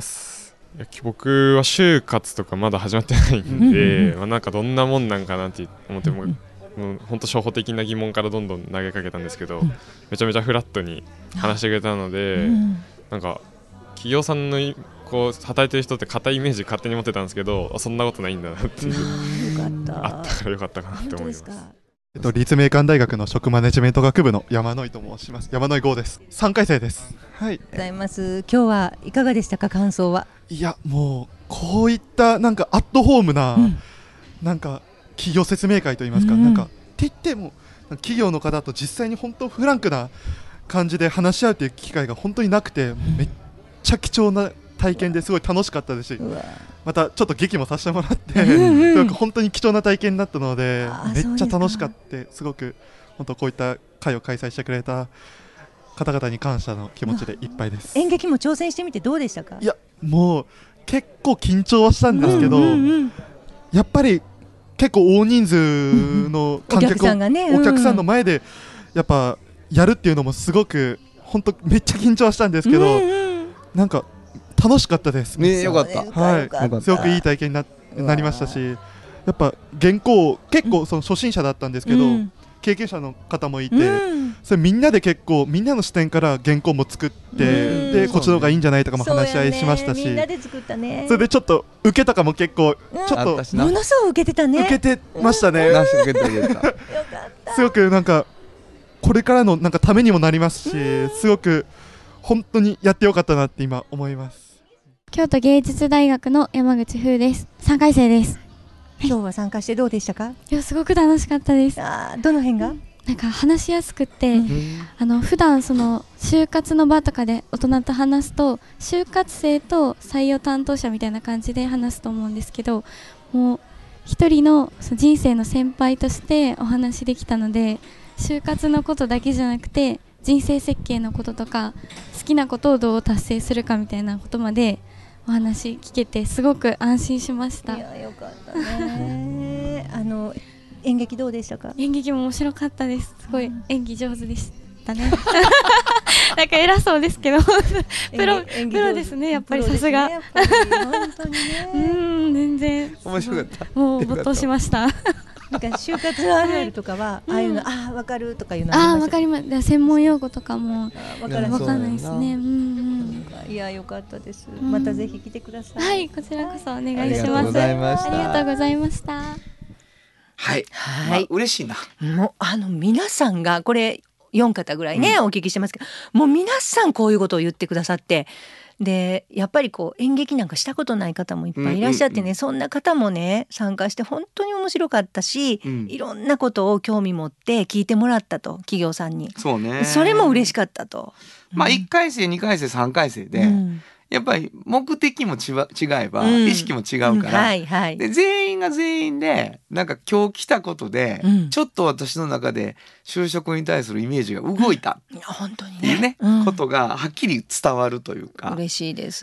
僕は就活とかまだ始まってないんで、なんかどんなもんなんかなって思っても本当初歩的な疑問からどんどん投げかけたんですけど、めちゃめちゃフラットに話してくれたので、なんか企業さんのこう働いてる人って硬いイメージ勝手に持ってたんですけど、そんなことないんだなってあったからよかったかなって思います。 立命館大学の食マネジメント学部の山野井と申します。山野井剛です。3回生です。はい。 ございます。今日はいかがでしたか、感想は？ いや、もうこういったなんかアットホームな、なんか企業説明会といいますか、なんかって言っても企業の方と実際に本当フランクな感じで話し合うという機会が本当になくて、めっちゃ貴重な体験ですごい楽しかったですし、またちょっと劇もさせてもらって、本当に貴重な体験になったので、めっちゃ楽しかった。すごく本当こういった会を開催してくれた方々に感謝の気持ちでいっぱいです。 演劇も挑戦してみてどうでしたか？ いや、もう結構緊張はしたんですけど、やっぱり結構大人数の観客、お客さんの前でやっぱやるっていうのもすごく本当めっちゃ緊張したんですけど、なんか楽しかったですね。よかった。 はい、すごくいい体験に なりましたし、やっぱ原稿結構その初心者だったんですけど、経験者の方もいて、それみんなで結構みんなの視点から原稿も作って、でこっちの方がいいんじゃないとかも話し合いしましたし、 みんなで作ったね。 それでちょっと受けとかも結構ちょっとものすごい受けてたね。 受けてましたね。 受けた。すごくなんかこれからのなんかためにもなりますし、すごく本当にやってよかったなって今思います。 京都芸術大学の山口風です。3回生です。 今日は参加してどうでしたか？ いや、すごく楽しかったです。 どの辺が？ なんか話しやすくて、普段その就活の場とかで大人と話すと、就活生と採用担当者みたいな感じで話すと思うんですけど、もう一人の人生の先輩としてお話できたので、就活のことだけじゃなくて人生設計のこととか好きなことをどう達成するかみたいなことまでお話聞けてすごく安心しました。 いや、よかったね。演劇どうでしたか？ 演劇も面白かったです。すごい演技上手でしたね。なんか偉そうですけどプロですね、やっぱりさすが。 本当にね。 全然面白かった。 もう没頭しました。 なんか就活あるあるとかは、ああいうの分かるとかいうのありました。 分かります。専門用語とかも分かんないですね。 いや、よかったです。またぜひ来てください。 はい、こちらこそお願いします。 ありがとうございました。 はい、嬉しいな。 もう皆さんがこれ4方ぐらいね、お聞きしてますけど、もう皆さんこういうことを言ってくださって。でやっぱりこう演劇なんかしたことない方もいっぱいいらっしゃってね、そんな方もね参加して本当に面白かったし、いろんなことを興味持って聞いてもらったと、企業さんに。 そうね。 それも嬉しかったと。 1回生2回生3回生で、やっぱり目的も違えば、意識も違うから、で全員が全員でなんか今日来たことで、ちょっと私の中で就職に対するイメージが動いたっていうね、ことがはっきり伝わるというか、 嬉しいです。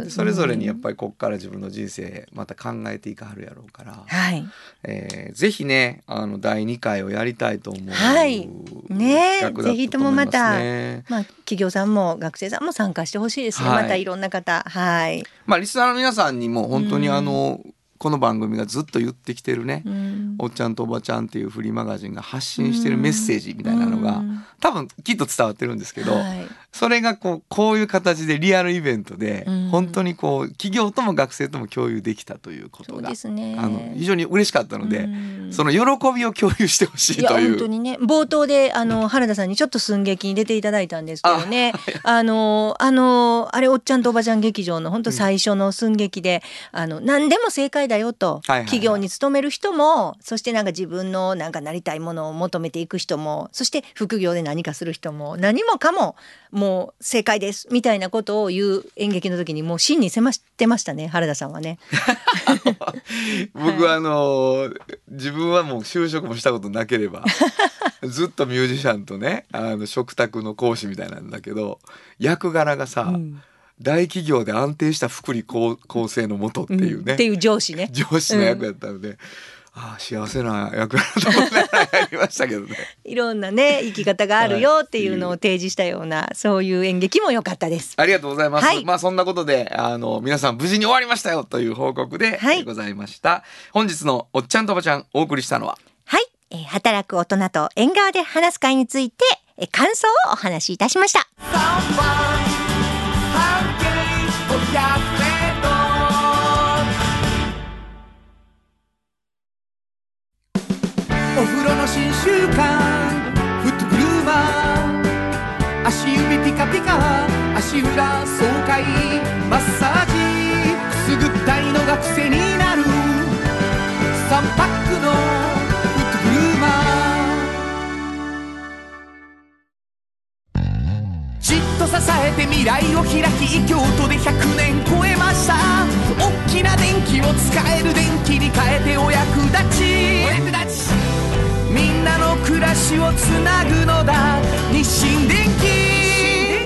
それぞれにやっぱりここから自分の人生また考えていかはるやろうから、ぜひね第2回をやりたいと思う。 ぜひともまた、企業さんも学生さんも参加してほしいですね。またいろんな方、 リスナーの皆さんにも本当にこの番組がずっと言ってきてるね、おっちゃんとおばちゃんっていうフリーマガジンが発信してるメッセージみたいなのが、多分きっと伝わってるんですけど、それがこういう形でリアルイベントで、本当に企業とも学生とも共有できたということが、非常に嬉しかったので、その喜びを共有してほしいという。 本当にね、冒頭で原田さんにちょっと寸劇に出ていただいたんですけどね、あれおっちゃんとおばちゃん劇場の本当最初の寸劇で、何でも正解だよと、企業に勤める人も、そしてなんか自分のなんかなりたいものを求めていく人も、そして副業で何かする人も、何もかももう正解ですみたいなことを言う演劇の時にもう真に迫ってましたね、原田さんはね。 僕は自分はもう就職もしたことなければずっとミュージシャンとね食卓の講師みたいなんだけど、役柄がさ、大企業で安定した福利厚生のもとっていうね、 っていう上司ね、 上司の役やったので、幸せな役だと思ってやりましたけどね。 いろんなね生き方があるよっていうのを提示したような、そういう演劇も良かったです。 ありがとうございます。そんなことで皆さん無事に終わりましたよという報告でございました。本日のおっちゃんとおばちゃんお送りしたのは、 働く大人と縁側で話す会について感想をお話しいたしました。 お風呂の新習慣フットグルーマー、足指ピカピカ足裏爽快マッサージ、くすぐったいのが癖になる3パックのフットグルーマー、じっと支えて未来を開き京都で100年超えました。大きな電気を使える電気に変えてお役立ち、みんなの暮らしをつなぐのだ日清電気。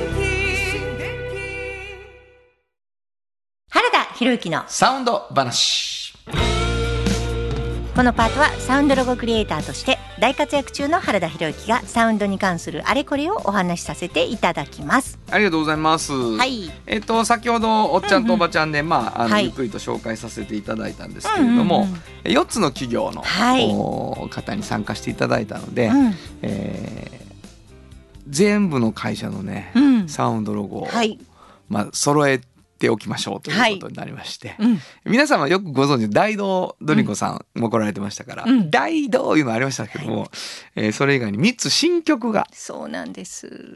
原田博之のサウンド話。 このパートはサウンドロゴクリエイターとして大活躍中の原田博之がサウンドに関するあれこれをお話しさせていただきます。 ありがとうございます。 はい。 先ほどおっちゃんとおばちゃんで、 はい、 ゆっくりと紹介させていただいたんですけれども、4つの企業の、方に参加していただいたので、全部の会社のね、サウンドロゴを、揃えておきましょうということになりまして、皆さんはよくご存知大道ドリンコさんも来られてましたから、大道いうのありましたけども、それ以外に3つ新曲が。 そうなんです。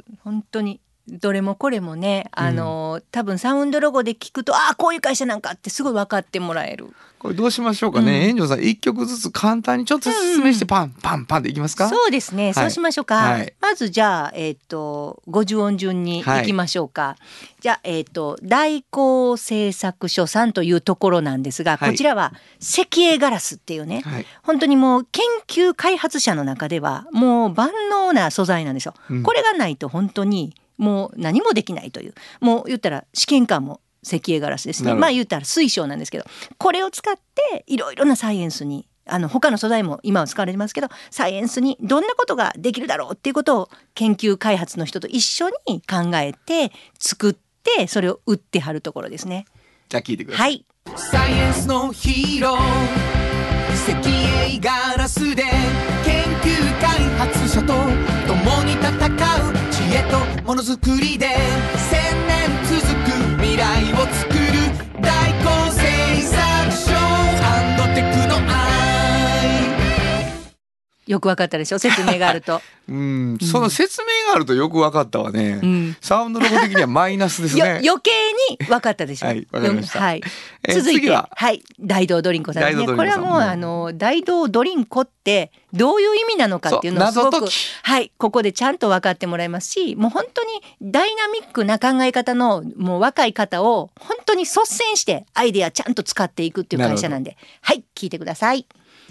本当にどれもこれもね、多分サウンドロゴで聞くとこういう会社なんかってすぐ分かってもらえる。 これどうしましょうかね、炎上さん1曲ずつ簡単にちょっと説明してパンパンパンでいきますか。 そうですね、そうしましょうか。まずじゃあ、50音順にいきましょうか。じゃあ、大光製作所さんというところなんですが、こちらは石英ガラスっていうね、本当にもう研究開発者の中ではもう万能な素材なんですよ、これがないと本当にもう何もできないという、もう言ったら試験管も石英ガラスですね。言ったら水晶なんですけど、これを使っていろいろなサイエンスに他の素材も今は使われてますけど、サイエンスにどんなことができるだろうっていうことを研究開発の人と一緒に考えて作ってそれを売ってはるところですね。 じゃあ聞いてください。 サイエンスのヒーロー石英ガラスで研究開発者と共に戦う知恵とものづくりで1000年続く未来を作る大光製作所&テクノアイ。 よく分かったでしょ、説明があると。 その説明があるとよく分かったわね、サウンドロゴ的にはマイナスですね。 余計に分かったでしょ。 はい分かりました、 続いて大道ドリンコさんですね。これはもう大道ドリンコってどういう意味なのかっていうのをすごくここでちゃんと分かってもらいますし、もう本当にダイナミックな考え方のもう若い方を本当に率先してアイデアちゃんと使っていくっていう会社なんで、聞いてください。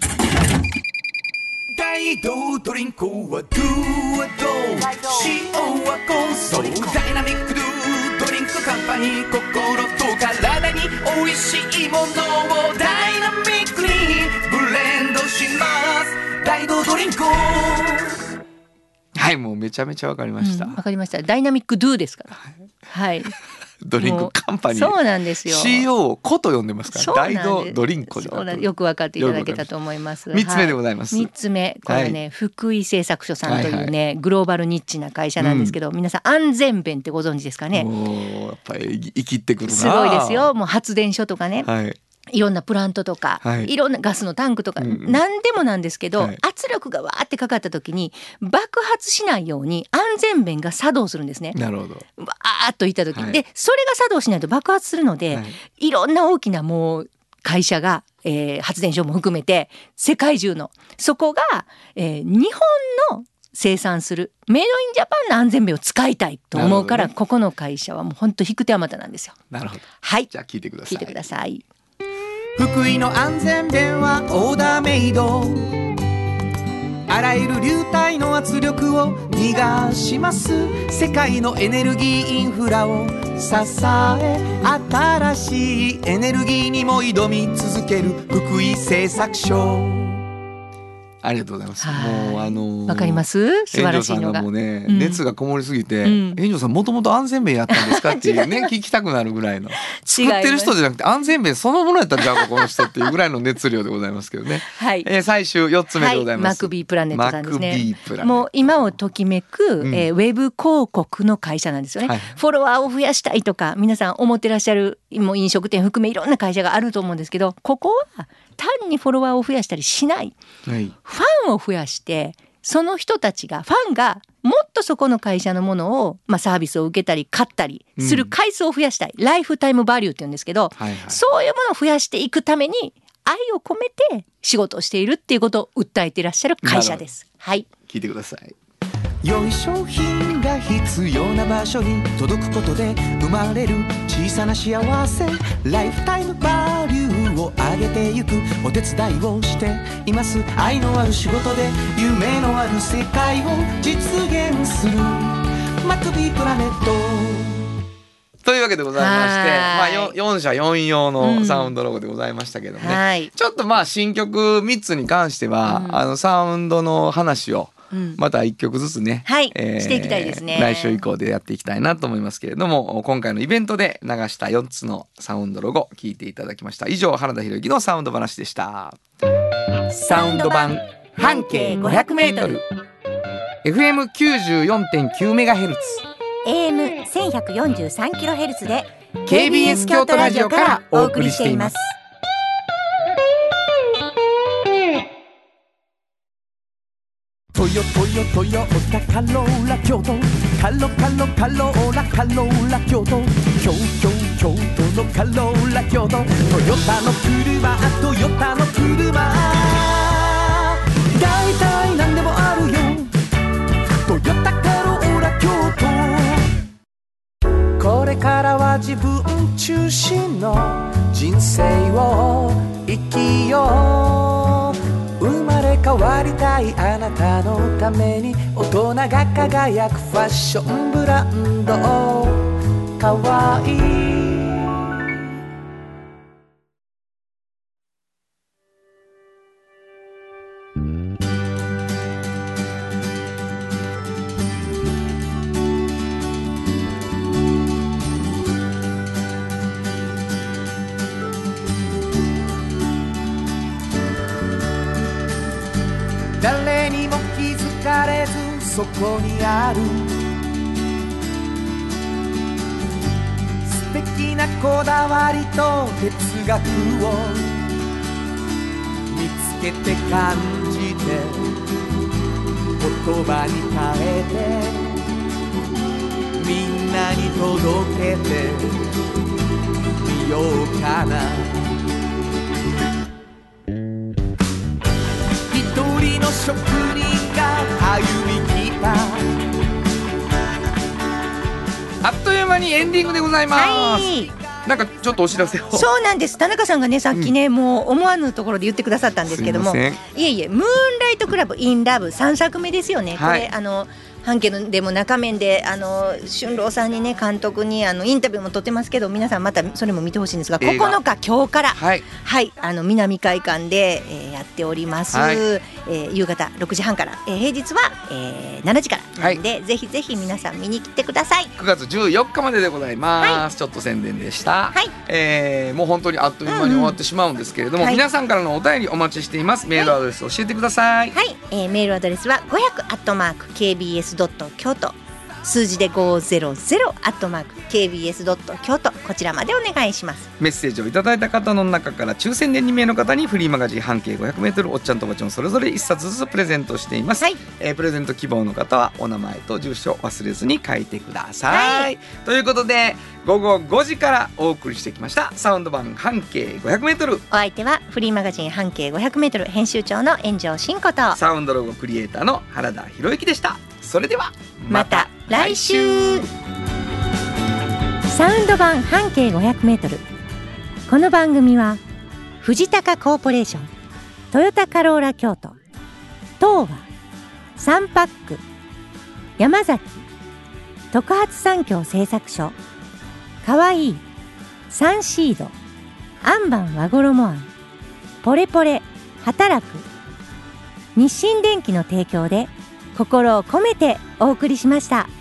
大道ドリンクはドゥはド使用はコンソーダイナミックドゥドリンクカンパニー、心と体に美味しいものをダイナミックにブレンドします。大道ドリンク。 もうめちゃめちゃわかりました。 わかりました。ダイナミックドゥですから。 ドリンクカンパニー。 そうなんですよ。 CO をコと呼んでますから。大道ドリンクよく分かっていただけたと思います。 3つ目でございます。 3つ目、これね、福井製作所さんというね、グローバルニッチな会社なんですけど、皆さん安全弁ってご存知ですかね。 やっぱり生きってくるな。 すごいですよ。もう発電所とかね。いろんなプラントとか、いろんなガスのタンクとか、何でもなんですけど、圧力がわーってかかった時に爆発しないように安全弁が作動するんですね。 なるほど。 わーっといった時、でそれが作動しないと爆発するので、いろんな大きなもう会社が、発電所も含めて世界中のそこが、日本の生産するメイドインジャパンの安全弁を使いたいと思うから、ここの会社はもう本当引く手あまたなんですよ。 なるほど。じゃあ聞いてください。 聞いてください。 福井の安全弁はオーダーメイド、あらゆる流体の圧力を逃がします。世界のエネルギーインフラを支え、新しいエネルギーにも挑み続ける福井製作所。 ありがとうございます。もうわかります。素晴らしいのが。 炎上さんがもうね、熱がこもりすぎて、炎上さんもともと安全弁やったんですかっていうね聞きたくなるぐらいの。作ってる人じゃなくて安全弁そのものやったんじゃんかこの人っていうぐらいの熱量でございますけどね。最終4つ目でございます。 マクビープラネットさんですね。もう今をときめく、ウェブ広告の会社なんですよね。フォロワーを増やしたいとか皆さん思ってらっしゃる、もう飲食店含めいろんな会社があると思うんですけど、ここは単にフォロワーを増やしたりしない、ファンを増やして、その人たちがファンがもっとそこの会社のものを、サービスを受けたり買ったりする回数を増やしたい、ライフタイムバリューって言うんですけど、そういうものを増やしていくために愛を込めて仕事をしているっていうことを訴えていらっしゃる会社です。 聞いてください。 良い商品が必要な場所に届くことで生まれる小さな幸せ、ライフタイムバリューを上げてゆくお手伝いをしています。愛のある仕事で夢のある世界を実現するマクビープラネット。 といいうわけでございまして、まあ、4社4用のサウンドロゴでございましたけどもね、ちょっとまあ新曲3つに関しては、サウンドの話をまた1曲ずつね、 していきたいですね。 来週以降でやっていきたいなと思いますけれども、今回のイベントで流した4つのサウンドロゴ聞いていただきました。以上、原田博之のサウンド話でした。サウンド版半径 500m FM94.9MHz AM1143kHz で KBS 京都ラジオからお送りしています。 トヨタカローラ京都カローラ京都京都のカローラ京都トヨタの車だいたいなんでもあるよトヨタカローラ京都。これからは自分中心の人生を生きよう。生まれ変わりたいあなたのために大人が輝くファッションブランドかわいい。誰にも気づかれずそこにある素敵なこだわりと哲学を見つけて感じて言葉に変えてみんなに届けてみようかな。職人が歩み来た。 あっという間にエンディングでございます。なんかちょっとお知らせを。 そうなんです。田中さんがねさっきね、もう思わぬところで言ってくださったんですけども、ムーンライトクラブインラブ3作目ですよね。これ半径でも中面で春郎さんにね監督にインタビューも撮ってますけど、皆さんまたそれも見てほしいんですが、9日今日から南会館で、やっております、夕方6時半から、平日は、7時からなんで、ぜひぜひ皆さん見に来てください。 9月14日まででございます、ちょっと宣伝でした、もう本当にあっという間に終わってしまうんですけれども、皆さんからのお便りお待ちしています。メールアドレス教えてください。 メールアドレスは500@kbs.京都数字で500@kbs.京都、こちらまでお願いします。 メッセージをいただいた方の中から抽選で2名の方にフリーマガジン半径 500m おっちゃんとおばちゃんそれぞれ1冊ずつプレゼントしています、プレゼント希望の方はお名前と住所忘れずに書いてください、ということで午後5時からお送りしてきましたサウンド版半径 500m。 お相手はフリーマガジン半径 500m 編集長の炎上真子とサウンドロゴクリエイターの原田博之でした。それではまた来週。サウンド版半径 500m。 この番組は藤高コーポレーション、トヨタカローラ京都、東和、サンパック、山崎、特発産業製作所、かわいい、サンシード、アンバン和衣あん、ポレポレ、働く、日清電機の提供で心を込めてお送りしました。